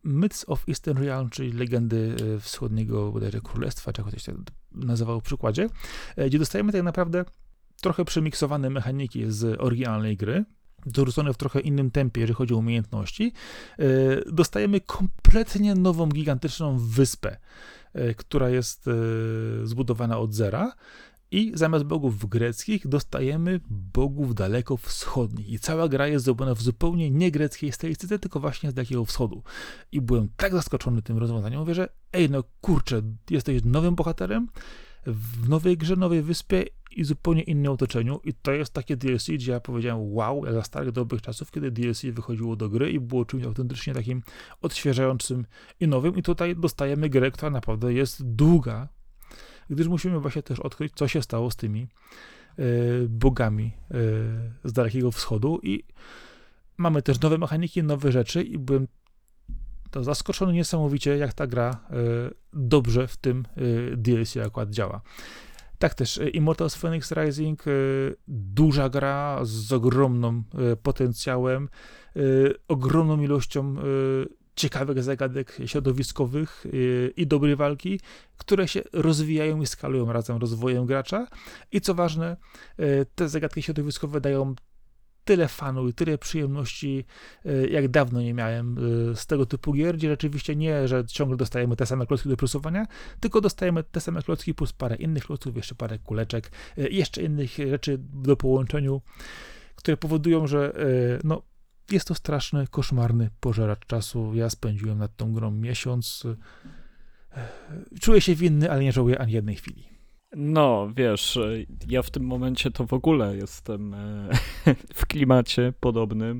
Myths of Eastern Realm, czyli legendy wschodniego bodajże królestwa, czy jakoś tak nazywało w przykładzie, gdzie dostajemy tak naprawdę trochę przemiksowane mechaniki z oryginalnej gry, dorzucone w trochę innym tempie, jeżeli chodzi o umiejętności. Dostajemy kompletnie nową, gigantyczną wyspę, która jest zbudowana od zera i zamiast bogów greckich dostajemy bogów daleko wschodnich i cała gra jest zrobiona w zupełnie nie greckiej stylistyce, tylko właśnie z Dalekiego Wschodu. I byłem tak zaskoczony tym rozwiązaniem, mówię, że ej, no kurczę, jesteś nowym bohaterem w nowej grze, nowej wyspie i zupełnie innym otoczeniu i to jest takie D L C, gdzie ja powiedziałem wow, jak za starych, dobrych czasów, kiedy D L C wychodziło do gry i było czymś autentycznie takim odświeżającym i nowym i tutaj dostajemy grę, która naprawdę jest długa, gdyż musimy właśnie też odkryć, co się stało z tymi y, bogami y, z Dalekiego Wschodu i mamy też nowe mechaniki, nowe rzeczy i byłem to zaskoczony niesamowicie, jak ta gra y, dobrze w tym y, D L C akurat działa. Tak też y, Immortals Phoenix Rising, y, duża gra z ogromnym y, potencjałem, y, ogromną ilością y, ciekawych zagadek środowiskowych yy, i dobrej walki, które się rozwijają i skalują razem rozwojem gracza. I co ważne, yy, te zagadki środowiskowe dają tyle fanu i tyle przyjemności, yy, jak dawno nie miałem yy, z tego typu gier, gdzie rzeczywiście nie, że ciągle dostajemy te same klocki do prusowania, tylko dostajemy te same klocki plus parę innych klocków, jeszcze parę kuleczek, yy, jeszcze innych rzeczy do połączeniu, które powodują, że yy, no jest to straszny, koszmarny pożeracz czasu. Ja spędziłem nad tą grą miesiąc. Czuję się winny, ale nie żałuję ani jednej chwili. No, wiesz, ja w tym momencie to w ogóle jestem w klimacie podobnym.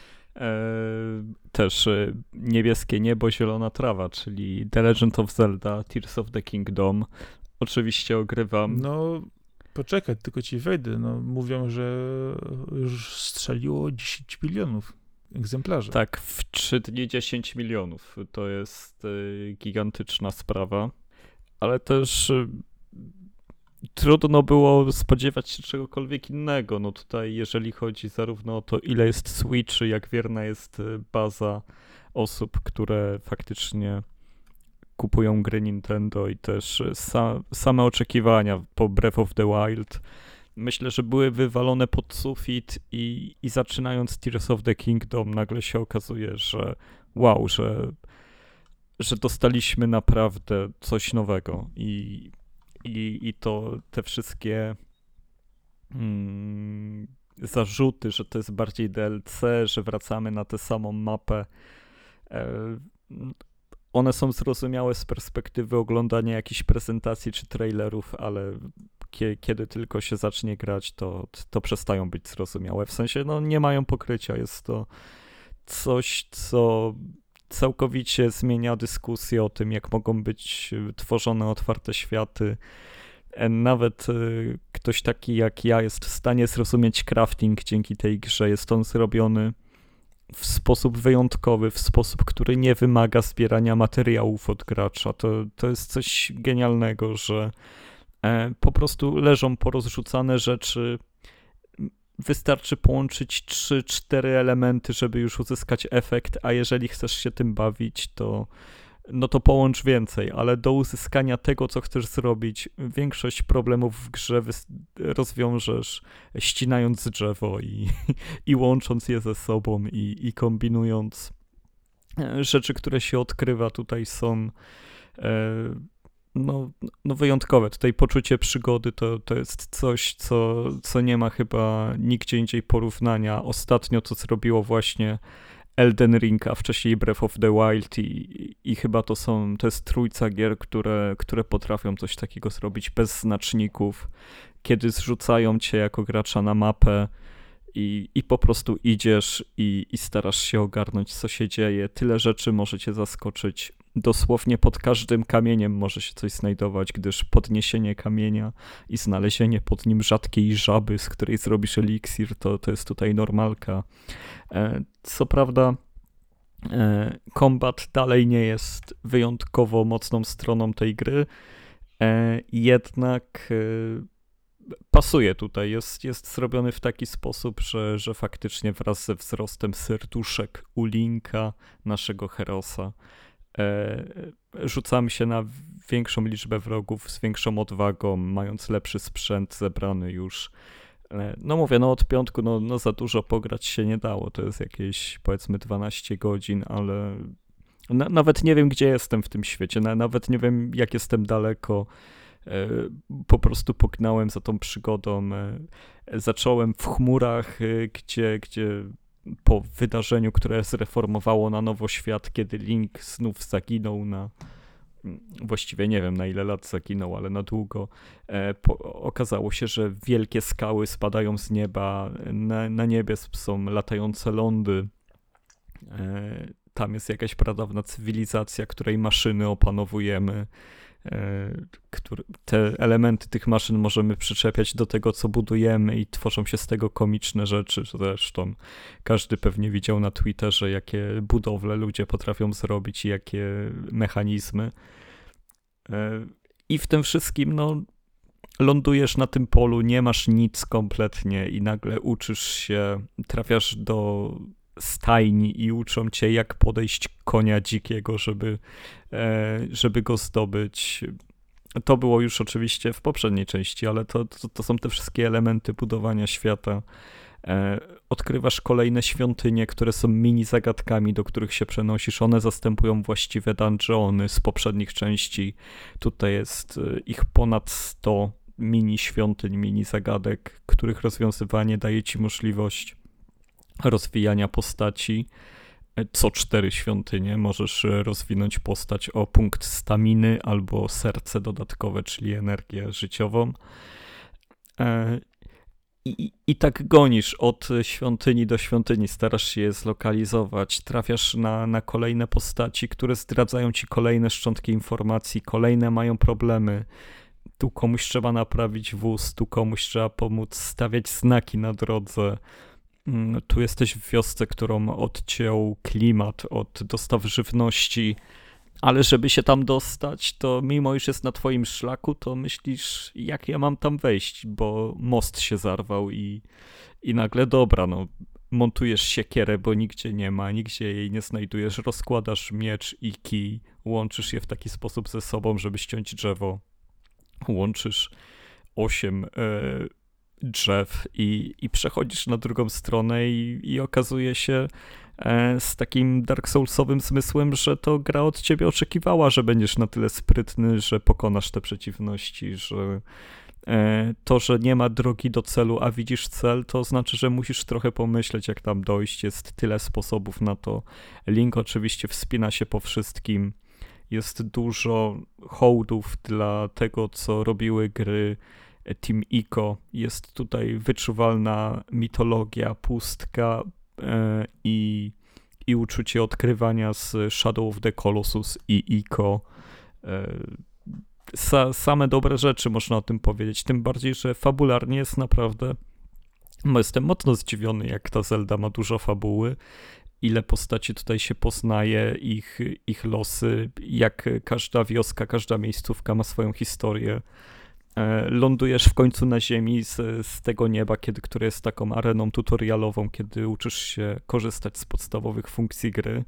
Też niebieskie niebo, zielona trawa, czyli The Legend of Zelda, Tears of the Kingdom. Oczywiście ogrywam. No, poczekaj, tylko ci wejdę. No, mówią, że już strzeliło dziesięć milionów egzemplarzy. Tak, w trzy dni dziesięć milionów. To jest y, gigantyczna sprawa. Ale też y, trudno było spodziewać się czegokolwiek innego. No tutaj, jeżeli chodzi zarówno o to, ile jest Switchy, jak wierna jest baza osób, które faktycznie kupują gry Nintendo i też sa, same oczekiwania po Breath of the Wild myślę, że były wywalone pod sufit i, i zaczynając Tears of the Kingdom nagle się okazuje, że wow, że, że dostaliśmy naprawdę coś nowego i, i, i to te wszystkie mm, zarzuty, że to jest bardziej D L C, że wracamy na tę samą mapę, e, one są zrozumiałe z perspektywy oglądania jakichś prezentacji czy trailerów, ale kie, kiedy tylko się zacznie grać, to, to przestają być zrozumiałe. W sensie, no nie mają pokrycia. Jest to coś, co całkowicie zmienia dyskusję o tym, jak mogą być tworzone otwarte światy. Nawet y, ktoś taki jak ja jest w stanie zrozumieć crafting dzięki tej grze. Jest on zrobiony w sposób wyjątkowy, w sposób, który nie wymaga zbierania materiałów od gracza. To, to jest coś genialnego, że e, po prostu leżą porozrzucane rzeczy. Wystarczy połączyć trzy cztery elementy, żeby już uzyskać efekt, a jeżeli chcesz się tym bawić, to no to połącz więcej, ale do uzyskania tego, co chcesz zrobić, większość problemów w grze rozwiążesz ścinając drzewo i, i łącząc je ze sobą i, i kombinując. Rzeczy, które się odkrywa tutaj są e, no, no wyjątkowe. Tutaj poczucie przygody to, to jest coś, co, co nie ma chyba nigdzie indziej porównania. Ostatnio to zrobiło właśnie Elden Ring, a wcześniej Breath of the Wild i, i chyba to są, to jest trójca gier, które, które potrafią coś takiego zrobić bez znaczników, kiedy zrzucają cię jako gracza na mapę i, i po prostu idziesz i, i starasz się ogarnąć, co się dzieje. Tyle rzeczy może cię zaskoczyć. Dosłownie pod każdym kamieniem może się coś znajdować, gdyż podniesienie kamienia i znalezienie pod nim rzadkiej żaby, z której zrobisz eliksir, to, to jest tutaj normalka. Co prawda kombat dalej nie jest wyjątkowo mocną stroną tej gry, jednak pasuje tutaj, jest, jest zrobiony w taki sposób, że, że faktycznie wraz ze wzrostem serduszek u Linka, naszego Herosa, e, rzucamy się na większą liczbę wrogów z większą odwagą, mając lepszy sprzęt zebrany już. E, no mówię, no od piątku no, no za dużo pograć się nie dało, to jest jakieś powiedzmy dwanaście godzin, ale na, nawet nie wiem, gdzie jestem w tym świecie, na, nawet nie wiem, jak jestem daleko. Po prostu pognałem za tą przygodą. Zacząłem w chmurach, gdzie, gdzie po wydarzeniu, które zreformowało na nowo świat, kiedy Link znów zaginął na, właściwie nie wiem na ile lat zaginął, ale na długo, po, okazało się, że wielkie skały spadają z nieba, na, na niebie są latające lądy. Tam jest jakaś pradawna cywilizacja, której maszyny opanowujemy. Które, te elementy tych maszyn możemy przyczepiać do tego, co budujemy i tworzą się z tego komiczne rzeczy. Zresztą każdy pewnie widział na Twitterze, jakie budowle ludzie potrafią zrobić i jakie mechanizmy. I w tym wszystkim, no, lądujesz na tym polu, nie masz nic kompletnie i nagle uczysz się, trafiasz do stajni i uczą cię, jak podejść konia dzikiego, żeby, żeby go zdobyć. To było już oczywiście w poprzedniej części, ale to, to, to są te wszystkie elementy budowania świata. Odkrywasz kolejne świątynie, które są mini zagadkami, do których się przenosisz. One zastępują właściwe dungeony z poprzednich części. Tutaj jest ich ponad sto mini świątyń, mini zagadek, których rozwiązywanie daje ci możliwość rozwijania postaci. Co cztery świątynie możesz rozwinąć postać o punkt staminy albo serce dodatkowe, czyli energię życiową. I, I tak gonisz od świątyni do świątyni, starasz się je zlokalizować, trafiasz na, na kolejne postaci, które zdradzają ci kolejne szczątki informacji, kolejne mają problemy. Tu komuś trzeba naprawić wóz, tu komuś trzeba pomóc stawiać znaki na drodze. Tu jesteś w wiosce, którą odciął klimat od dostaw żywności, ale żeby się tam dostać, to mimo iż jest na twoim szlaku, to myślisz, jak ja mam tam wejść, bo most się zarwał i, i nagle dobra, no montujesz siekierę, bo nigdzie nie ma, nigdzie jej nie znajdujesz, rozkładasz miecz i kij, łączysz je w taki sposób ze sobą, żeby ściąć drzewo, łączysz osiem... Yy, drzew i, i przechodzisz na drugą stronę i, i okazuje się e, z takim Dark Soulsowym zmysłem, że to gra od ciebie oczekiwała, że będziesz na tyle sprytny, że pokonasz te przeciwności, że e, to, że nie ma drogi do celu, a widzisz cel, to znaczy, że musisz trochę pomyśleć, jak tam dojść. Jest tyle sposobów na to. Link oczywiście wspina się po wszystkim. Jest dużo hołdów dla tego, co robiły gry Team Ico. Jest tutaj wyczuwalna mitologia, pustka e, i, i uczucie odkrywania z Shadow of the Colossus i Ico. E, sa, same dobre rzeczy można o tym powiedzieć, tym bardziej, że fabularnie jest naprawdę... No jestem mocno zdziwiony, jak ta Zelda ma dużo fabuły, ile postaci tutaj się poznaje, ich, ich losy, jak każda wioska, każda miejscówka ma swoją historię. Lądujesz w końcu na ziemi z, z tego nieba, kiedy, które jest taką areną tutorialową, kiedy uczysz się korzystać z podstawowych funkcji gry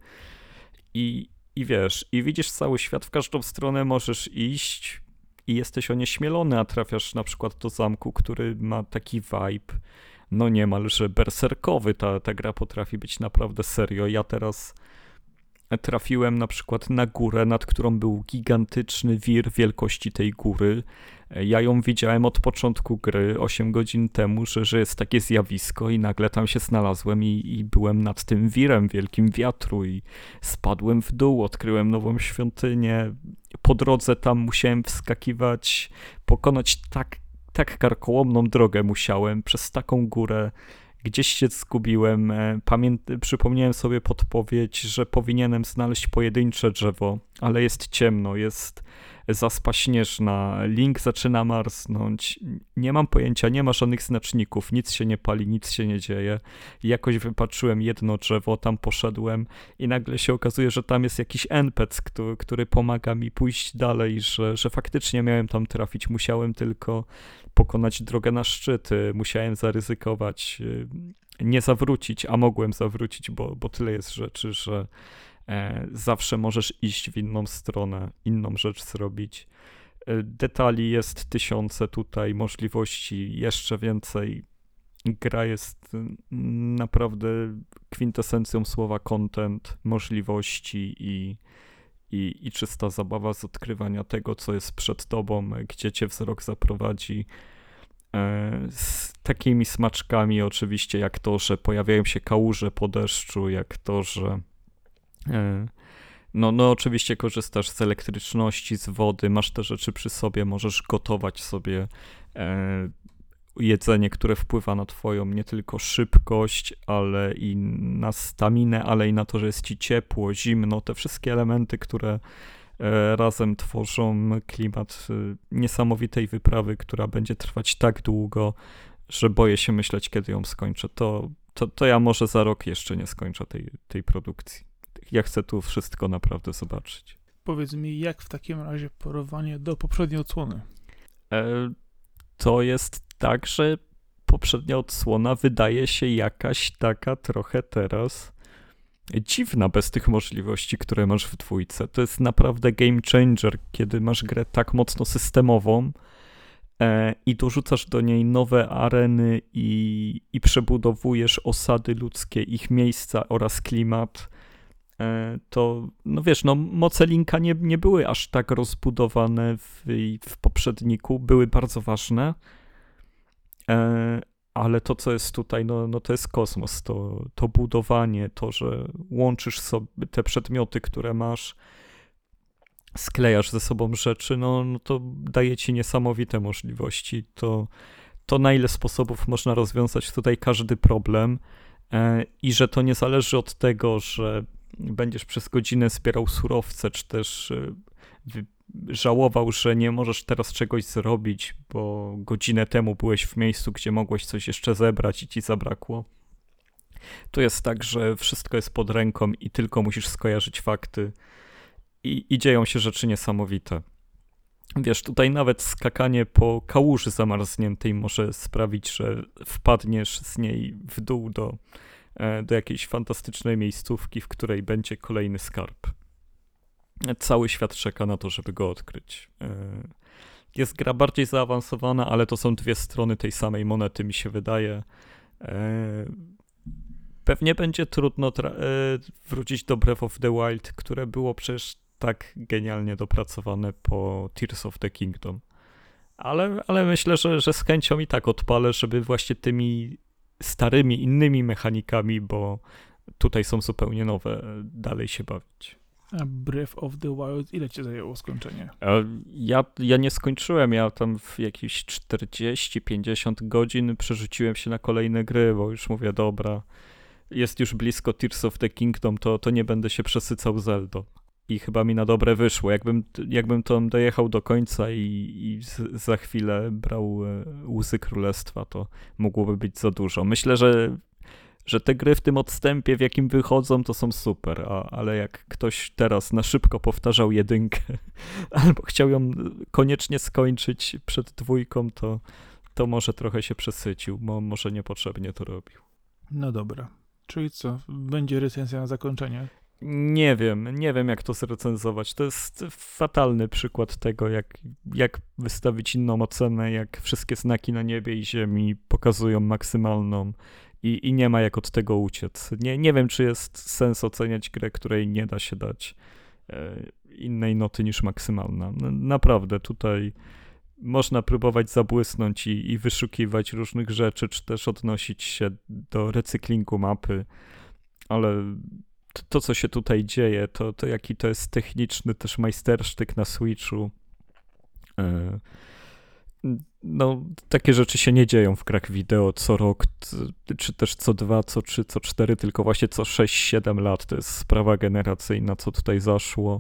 i, i wiesz, i widzisz cały świat, w każdą stronę możesz iść i jesteś onieśmielony, a trafiasz na przykład do zamku, który ma taki vibe, no niemalże berserkowy. Ta, ta gra potrafi być naprawdę serio. Ja teraz trafiłem na przykład na górę, nad którą był gigantyczny wir wielkości tej góry. Ja ją widziałem od początku gry, osiem godzin temu, że, że jest takie zjawisko i nagle tam się znalazłem i, i byłem nad tym wirem, wielkim wiatru i spadłem w dół, odkryłem nową świątynię. Po drodze tam musiałem wskakiwać, pokonać tak, tak karkołomną drogę musiałem przez taką górę. Gdzieś się zgubiłem, Pamię- przypomniałem sobie podpowiedź, że powinienem znaleźć pojedyncze drzewo, ale jest ciemno, jest zaspa śnieżna, Link zaczyna marznąć, nie mam pojęcia, nie ma żadnych znaczników, nic się nie pali, nic się nie dzieje. Jakoś wypatrzyłem jedno drzewo, tam poszedłem i nagle się okazuje, że tam jest jakiś en pe ce, który, który pomaga mi pójść dalej, że, że faktycznie miałem tam trafić, musiałem tylko pokonać drogę na szczyty, musiałem zaryzykować, nie zawrócić, a mogłem zawrócić, bo, bo tyle jest rzeczy, że e, zawsze możesz iść w inną stronę, inną rzecz zrobić. E, detali jest tysiące tutaj, możliwości jeszcze więcej. Gra jest naprawdę kwintesencją słowa content, możliwości i, i, i czysta zabawa z odkrywania tego, co jest przed tobą, gdzie cię wzrok zaprowadzi. Z takimi smaczkami oczywiście, jak to, że pojawiają się kałuże po deszczu, jak to, że no, no oczywiście korzystasz z elektryczności, z wody, masz te rzeczy przy sobie, możesz gotować sobie jedzenie, które wpływa na twoją nie tylko szybkość, ale i na staminę, ale i na to, że jest ci ciepło, zimno, te wszystkie elementy, które razem tworzą klimat niesamowitej wyprawy, która będzie trwać tak długo, że boję się myśleć, kiedy ją skończę. To, to, to ja może za rok jeszcze nie skończę tej, tej produkcji. Ja chcę tu wszystko naprawdę zobaczyć. Powiedz mi, jak w takim razie porównywanie do poprzedniej odsłony? E, to jest tak, że poprzednia odsłona wydaje się jakaś taka trochę teraz dziwna bez tych możliwości, które masz w dwójce. To jest naprawdę game changer, kiedy masz grę tak mocno systemową e, i dorzucasz do niej nowe areny i, i przebudowujesz osady ludzkie, ich miejsca oraz klimat. E, to, no wiesz, no moce Linka nie, nie były aż tak rozbudowane w, w poprzedniku, były bardzo ważne, e, ale to, co jest tutaj, no, no to jest kosmos, to, to budowanie, to, że łączysz sobie te przedmioty, które masz, sklejasz ze sobą rzeczy, no, no to daje ci niesamowite możliwości. To, to na ile sposobów można rozwiązać tutaj każdy problem e, i że to nie zależy od tego, że będziesz przez godzinę zbierał surowce, czy też e, wy, żałował, że nie możesz teraz czegoś zrobić, bo godzinę temu byłeś w miejscu, gdzie mogłeś coś jeszcze zebrać i ci zabrakło. Tu jest tak, że wszystko jest pod ręką i tylko musisz skojarzyć fakty i, i dzieją się rzeczy niesamowite. Wiesz, tutaj nawet skakanie po kałuży zamarzniętej może sprawić, że wpadniesz z niej w dół do, do jakiejś fantastycznej miejscówki, w której będzie kolejny skarb. Cały świat czeka na to, żeby go odkryć. Jest gra bardziej zaawansowana, ale to są dwie strony tej samej monety, mi się wydaje. Pewnie będzie trudno tra- wrócić do Breath of the Wild, które było przecież tak genialnie dopracowane po Tears of the Kingdom. Ale, ale myślę, że, że z chęcią i tak odpalę, żeby właśnie tymi starymi, innymi mechanikami, bo tutaj są zupełnie nowe, dalej się bawić. A Breath of the Wild, ile cię zajęło skończenie? Ja, ja nie skończyłem, ja tam w jakieś czterdzieści pięćdziesiąt godzin przerzuciłem się na kolejne gry, bo już mówię, dobra, jest już blisko Tears of the Kingdom, to, to nie będę się przesycał Zeldą. I chyba mi na dobre wyszło. Jakbym, jakbym tam dojechał do końca i, i z, za chwilę brał Łzy Królestwa, to mogłoby być za dużo. Myślę, że że te gry w tym odstępie, w jakim wychodzą, to są super, a, ale jak ktoś teraz na szybko powtarzał jedynkę albo chciał ją koniecznie skończyć przed dwójką, to, to może trochę się przesycił, bo może niepotrzebnie to robił. No dobra, czyli co, będzie recenzja na zakończenie? Nie wiem, nie wiem jak to zrecenzować. To jest fatalny przykład tego, jak, jak wystawić inną ocenę, jak wszystkie znaki na niebie i ziemi pokazują maksymalną i, i nie ma jak od tego uciec. Nie, nie wiem, czy jest sens oceniać grę, której nie da się dać e, innej noty niż maksymalna. No, naprawdę, tutaj można próbować zabłysnąć i, i wyszukiwać różnych rzeczy, czy też odnosić się do recyklingu mapy, ale to, to co się tutaj dzieje, to, to jaki to jest techniczny też majstersztyk na Switchu. E, No, takie rzeczy się nie dzieją w grach wideo co rok, czy też co dwa, co trzy, co cztery, tylko właśnie co sześć, siedem lat. To jest sprawa generacyjna, co tutaj zaszło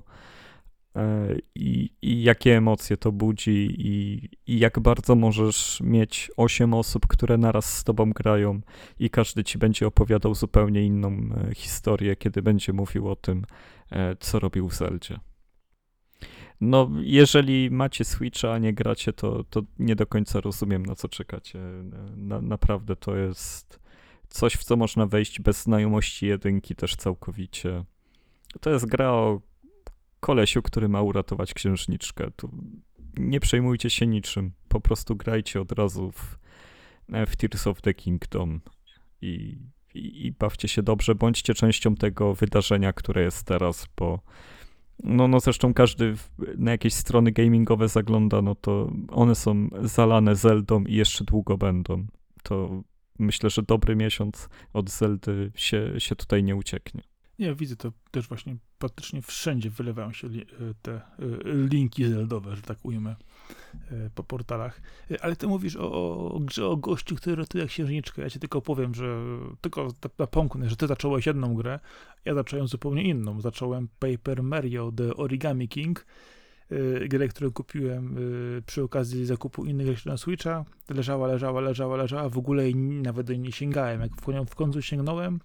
i, i jakie emocje to budzi i, i jak bardzo możesz mieć osiem osób, które naraz z tobą grają i każdy ci będzie opowiadał zupełnie inną historię, kiedy będzie mówił o tym, co robił w Zeldzie. No, jeżeli macie Switcha, a nie gracie, to, to nie do końca rozumiem, na co czekacie. Na, naprawdę to jest coś, w co można wejść bez znajomości jedynki też całkowicie. To jest gra o kolesiu, który ma uratować księżniczkę. Tu nie przejmujcie się niczym. Po prostu grajcie od razu w, w Tears of the Kingdom i, i, i bawcie się dobrze. Bądźcie częścią tego wydarzenia, które jest teraz, bo no, no zresztą każdy w, na jakieś strony gamingowe zagląda, no to one są zalane Zeldą i jeszcze długo będą. To myślę, że dobry miesiąc od Zeldy się, się tutaj nie ucieknie. Nie, widzę to też właśnie praktycznie wszędzie wylewają się li, te linki zeldowe, że tak ujmę, po portalach. Ale ty mówisz o, o grze o gościu, który ratuje księżniczkę. Ja ci tylko powiem, że tylko napomknę, że ty zacząłeś jedną grę, ja zacząłem zupełnie inną. Zacząłem Paper Mario The Origami King, grę, którą kupiłem przy okazji zakupu innych rzeczy na Switcha. Leżała, leżała, leżała, leżała, w ogóle nawet do niej nie sięgałem. Jak w nią w końcu sięgnąłem,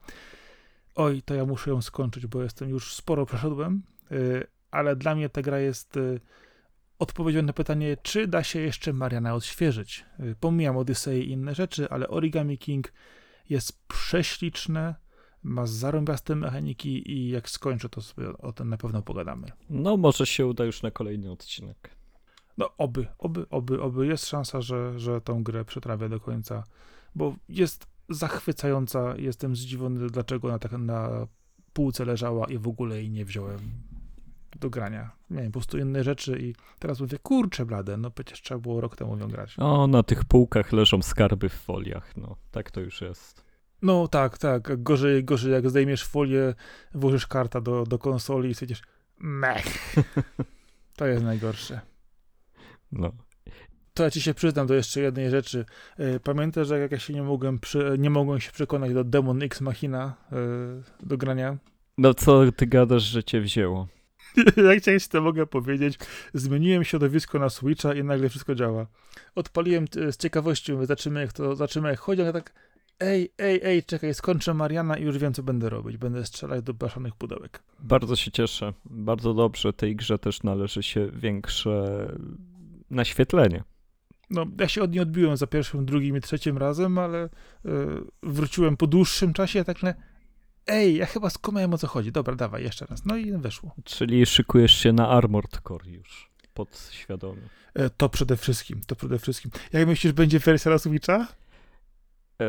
oj, to ja muszę ją skończyć, bo jestem już sporo przeszedłem, ale dla mnie ta gra jest odpowiedzią na pytanie, czy da się jeszcze Mariana odświeżyć. Pomijam Odyssey i inne rzeczy, ale Origami King jest prześliczne, ma zarąbiaste mechaniki i jak skończę, to sobie o tym na pewno pogadamy. No, może się uda już na kolejny odcinek. No, oby, oby, oby, oby. Jest szansa, że, że tą grę przetrawię do końca, bo jest zachwycająca. Jestem zdziwiony, dlaczego na, tak, na półce leżała i w ogóle jej nie wziąłem do grania. Miałem po prostu inne rzeczy i teraz mówię, kurczę blade, no przecież trzeba było rok temu ją grać. O, na tych półkach leżą skarby w foliach, no, tak to już jest. No tak, tak, gorzej, gorzej jak zdejmiesz folię, włożysz kartę do, do konsoli i stwierdzisz, mech, to jest najgorsze. No. To ja ci się przyznam do jeszcze jednej rzeczy. Pamiętasz, że jak ja się nie mogłem, przy, nie mogłem się przekonać do Demon X Machina yy, do grania? No co ty gadasz, że cię wzięło? Jak część to mogę powiedzieć, zmieniłem środowisko na Switcha i nagle wszystko działa. Odpaliłem z ciekawością, mówię, zobaczymy jak to, zobaczymy jak chodzi, ale tak ej, ej, ej, czekaj, skończę Mariana i już wiem co będę robić. Będę strzelać do blaszanych pudełek. Bardzo się cieszę. Bardzo dobrze. Tej grze też należy się większe naświetlenie. No, ja się od niej odbiłem za pierwszym, drugim i trzecim razem, ale y, wróciłem po dłuższym czasie, tak na ej, ja chyba skumałem o co chodzi. Dobra, dawaj, jeszcze raz. No i weszło. Czyli szykujesz się na Armored Core już, podświadomie. E, to przede wszystkim, to przede wszystkim. Jak myślisz, będzie wersja na Switcha? E,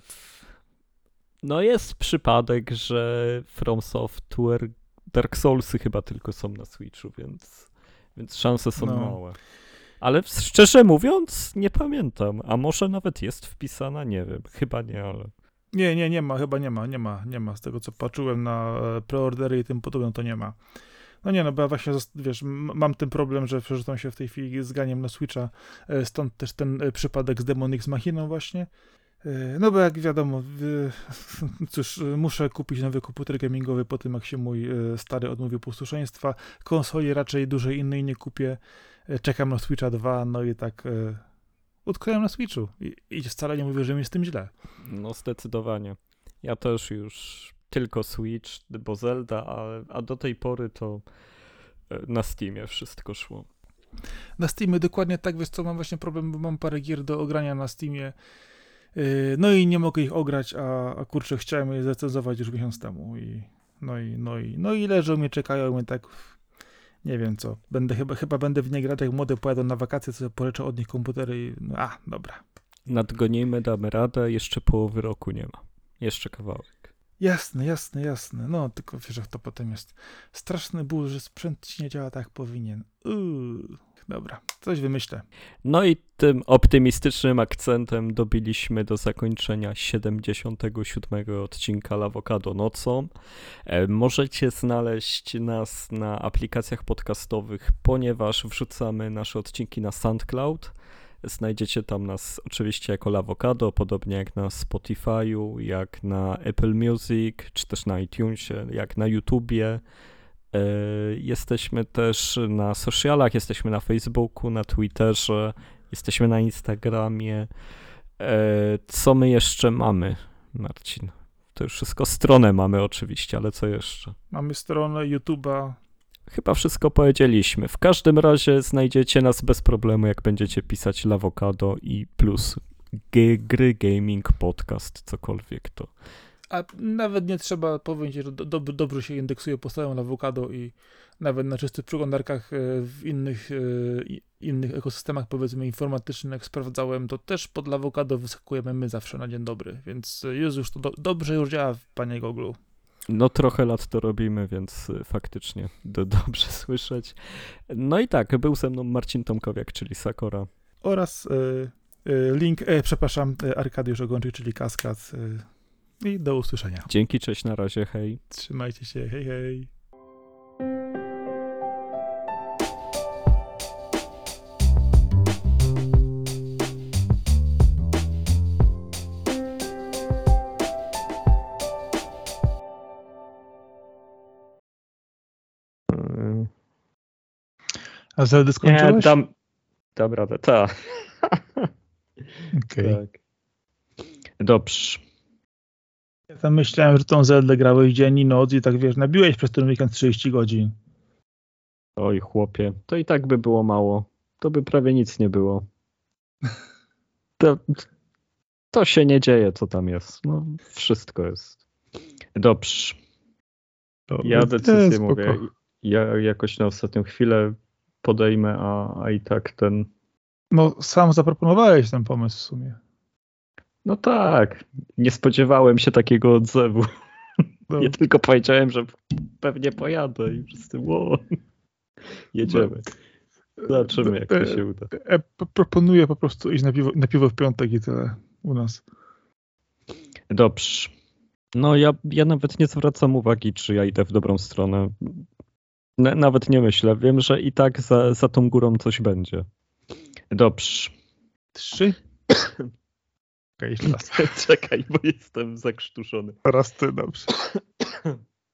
no jest przypadek, że From Software, Dark Soulsy chyba tylko są na Switchu, więc, więc szanse są no. małe. Ale szczerze mówiąc, nie pamiętam. A może nawet jest wpisana? Nie wiem. Chyba nie, ale... Nie, nie, nie ma, chyba nie ma, nie ma, nie ma. Z tego, co patrzyłem na preordery i tym podobne, to nie ma. No nie, no bo ja właśnie, wiesz, mam ten problem, że przerzucam się w tej chwili z ganiem na Switcha, stąd też ten przypadek z Demon X Machiną właśnie. No bo jak wiadomo, cóż, muszę kupić nowy komputer gamingowy po tym, jak się mój stary odmówił posłuszeństwa. Konsoli raczej dużej innej nie kupię. Czekam na Switcha dwa, no i tak e, utknąłem na Switchu I, i wcale nie mówię, że mi jest z tym źle. No zdecydowanie. Ja też już tylko Switch, bo Zelda, a, a do tej pory to na Steamie wszystko szło. Na Steamie dokładnie tak, wiesz co, mam właśnie problem, bo mam parę gier do ogrania na Steamie, yy, no i nie mogę ich ograć, a, a kurczę, chciałem je zrecenzować już miesiąc temu i no i, no i, no i leżą mnie, czekają mnie tak... Nie wiem co, będę chyba, chyba będę w nie grać, jak młode pojadą na wakacje, co pożyczę od nich komputery i no, a, dobra. Nadgonimy, damy radę, jeszcze połowy roku nie ma. Jeszcze kawałek. Jasne, jasne, jasne. No, tylko wiesz, że to potem jest straszny ból, że sprzęt ci nie działa tak jak powinien. Uuu. Dobra, coś wymyślę. No i tym optymistycznym akcentem dobiliśmy do zakończenia siedemdziesiątego siódmego odcinka Lawokado nocą. E, możecie znaleźć nas na aplikacjach podcastowych, ponieważ wrzucamy nasze odcinki na SoundCloud. Znajdziecie tam nas oczywiście jako Lawokado, podobnie jak na Spotify'u, jak na Apple Music, czy też na iTunesie, jak na YouTubie. Jesteśmy też na socialach, jesteśmy na Facebooku, na Twitterze, jesteśmy na Instagramie. Co my jeszcze mamy, Marcin? To już wszystko. Stronę mamy oczywiście, ale co jeszcze? Mamy stronę YouTube'a. Chyba wszystko powiedzieliśmy. W każdym razie znajdziecie nas bez problemu, jak będziecie pisać Lawokado i plus g- gry, gaming, podcast, cokolwiek to. A nawet nie trzeba powiedzieć, że do, do, dobrze się indeksuje postawą Lawokado i nawet na czystych przeglądarkach w innych, innych ekosystemach, powiedzmy informatycznych sprawdzałem, to też pod Lawokado wyskakujemy my zawsze na dzień dobry, więc jest już to do, dobrze już działa, panie Google. No trochę lat to robimy, więc faktycznie do, dobrze słyszeć. No i tak, był ze mną Marcin Tomkowiak, czyli Sakora. Oraz y, y, link, y, przepraszam, y, Arkadiusz Ogończyk, czyli Kaskad. Y, I do usłyszenia. Dzięki, cześć, na razie, hej. Trzymajcie się, hej, hej. A Zeldę skończyłeś? Nie, dam, dam radę, tak. Okej. Tak. Dobrze. Ja tam myślałem, że tą Zeldę grałeś dzień i noc i tak wiesz, nabiłeś przez ten weekend trzydzieści godzin. Oj, chłopie, to i tak by było mało. To by prawie nic nie było. To, to się nie dzieje, co tam jest. No, wszystko jest. Dobrze. Ja decyzję mówię. Ja jakoś na ostatnią chwilę podejmę, a, a i tak ten... No, sam zaproponowałeś ten pomysł w sumie. No tak. Nie spodziewałem się takiego odzewu. No. Ja tylko powiedziałem, że pewnie pojadę i wszyscy wow. Jedziemy. Zobaczymy, jak to się uda. E, e, proponuję po prostu iść na piwo, na piwo w piątek i tyle u nas. Dobrze. No ja, ja nawet nie zwracam uwagi, czy ja idę w dobrą stronę. N- nawet nie myślę. Wiem, że i tak za, za tą górą coś będzie. Dobrze. Trzy? Okej, jeszcze raz. Czekaj, bo jestem zakrztuszony. Teraz ty, dobrze.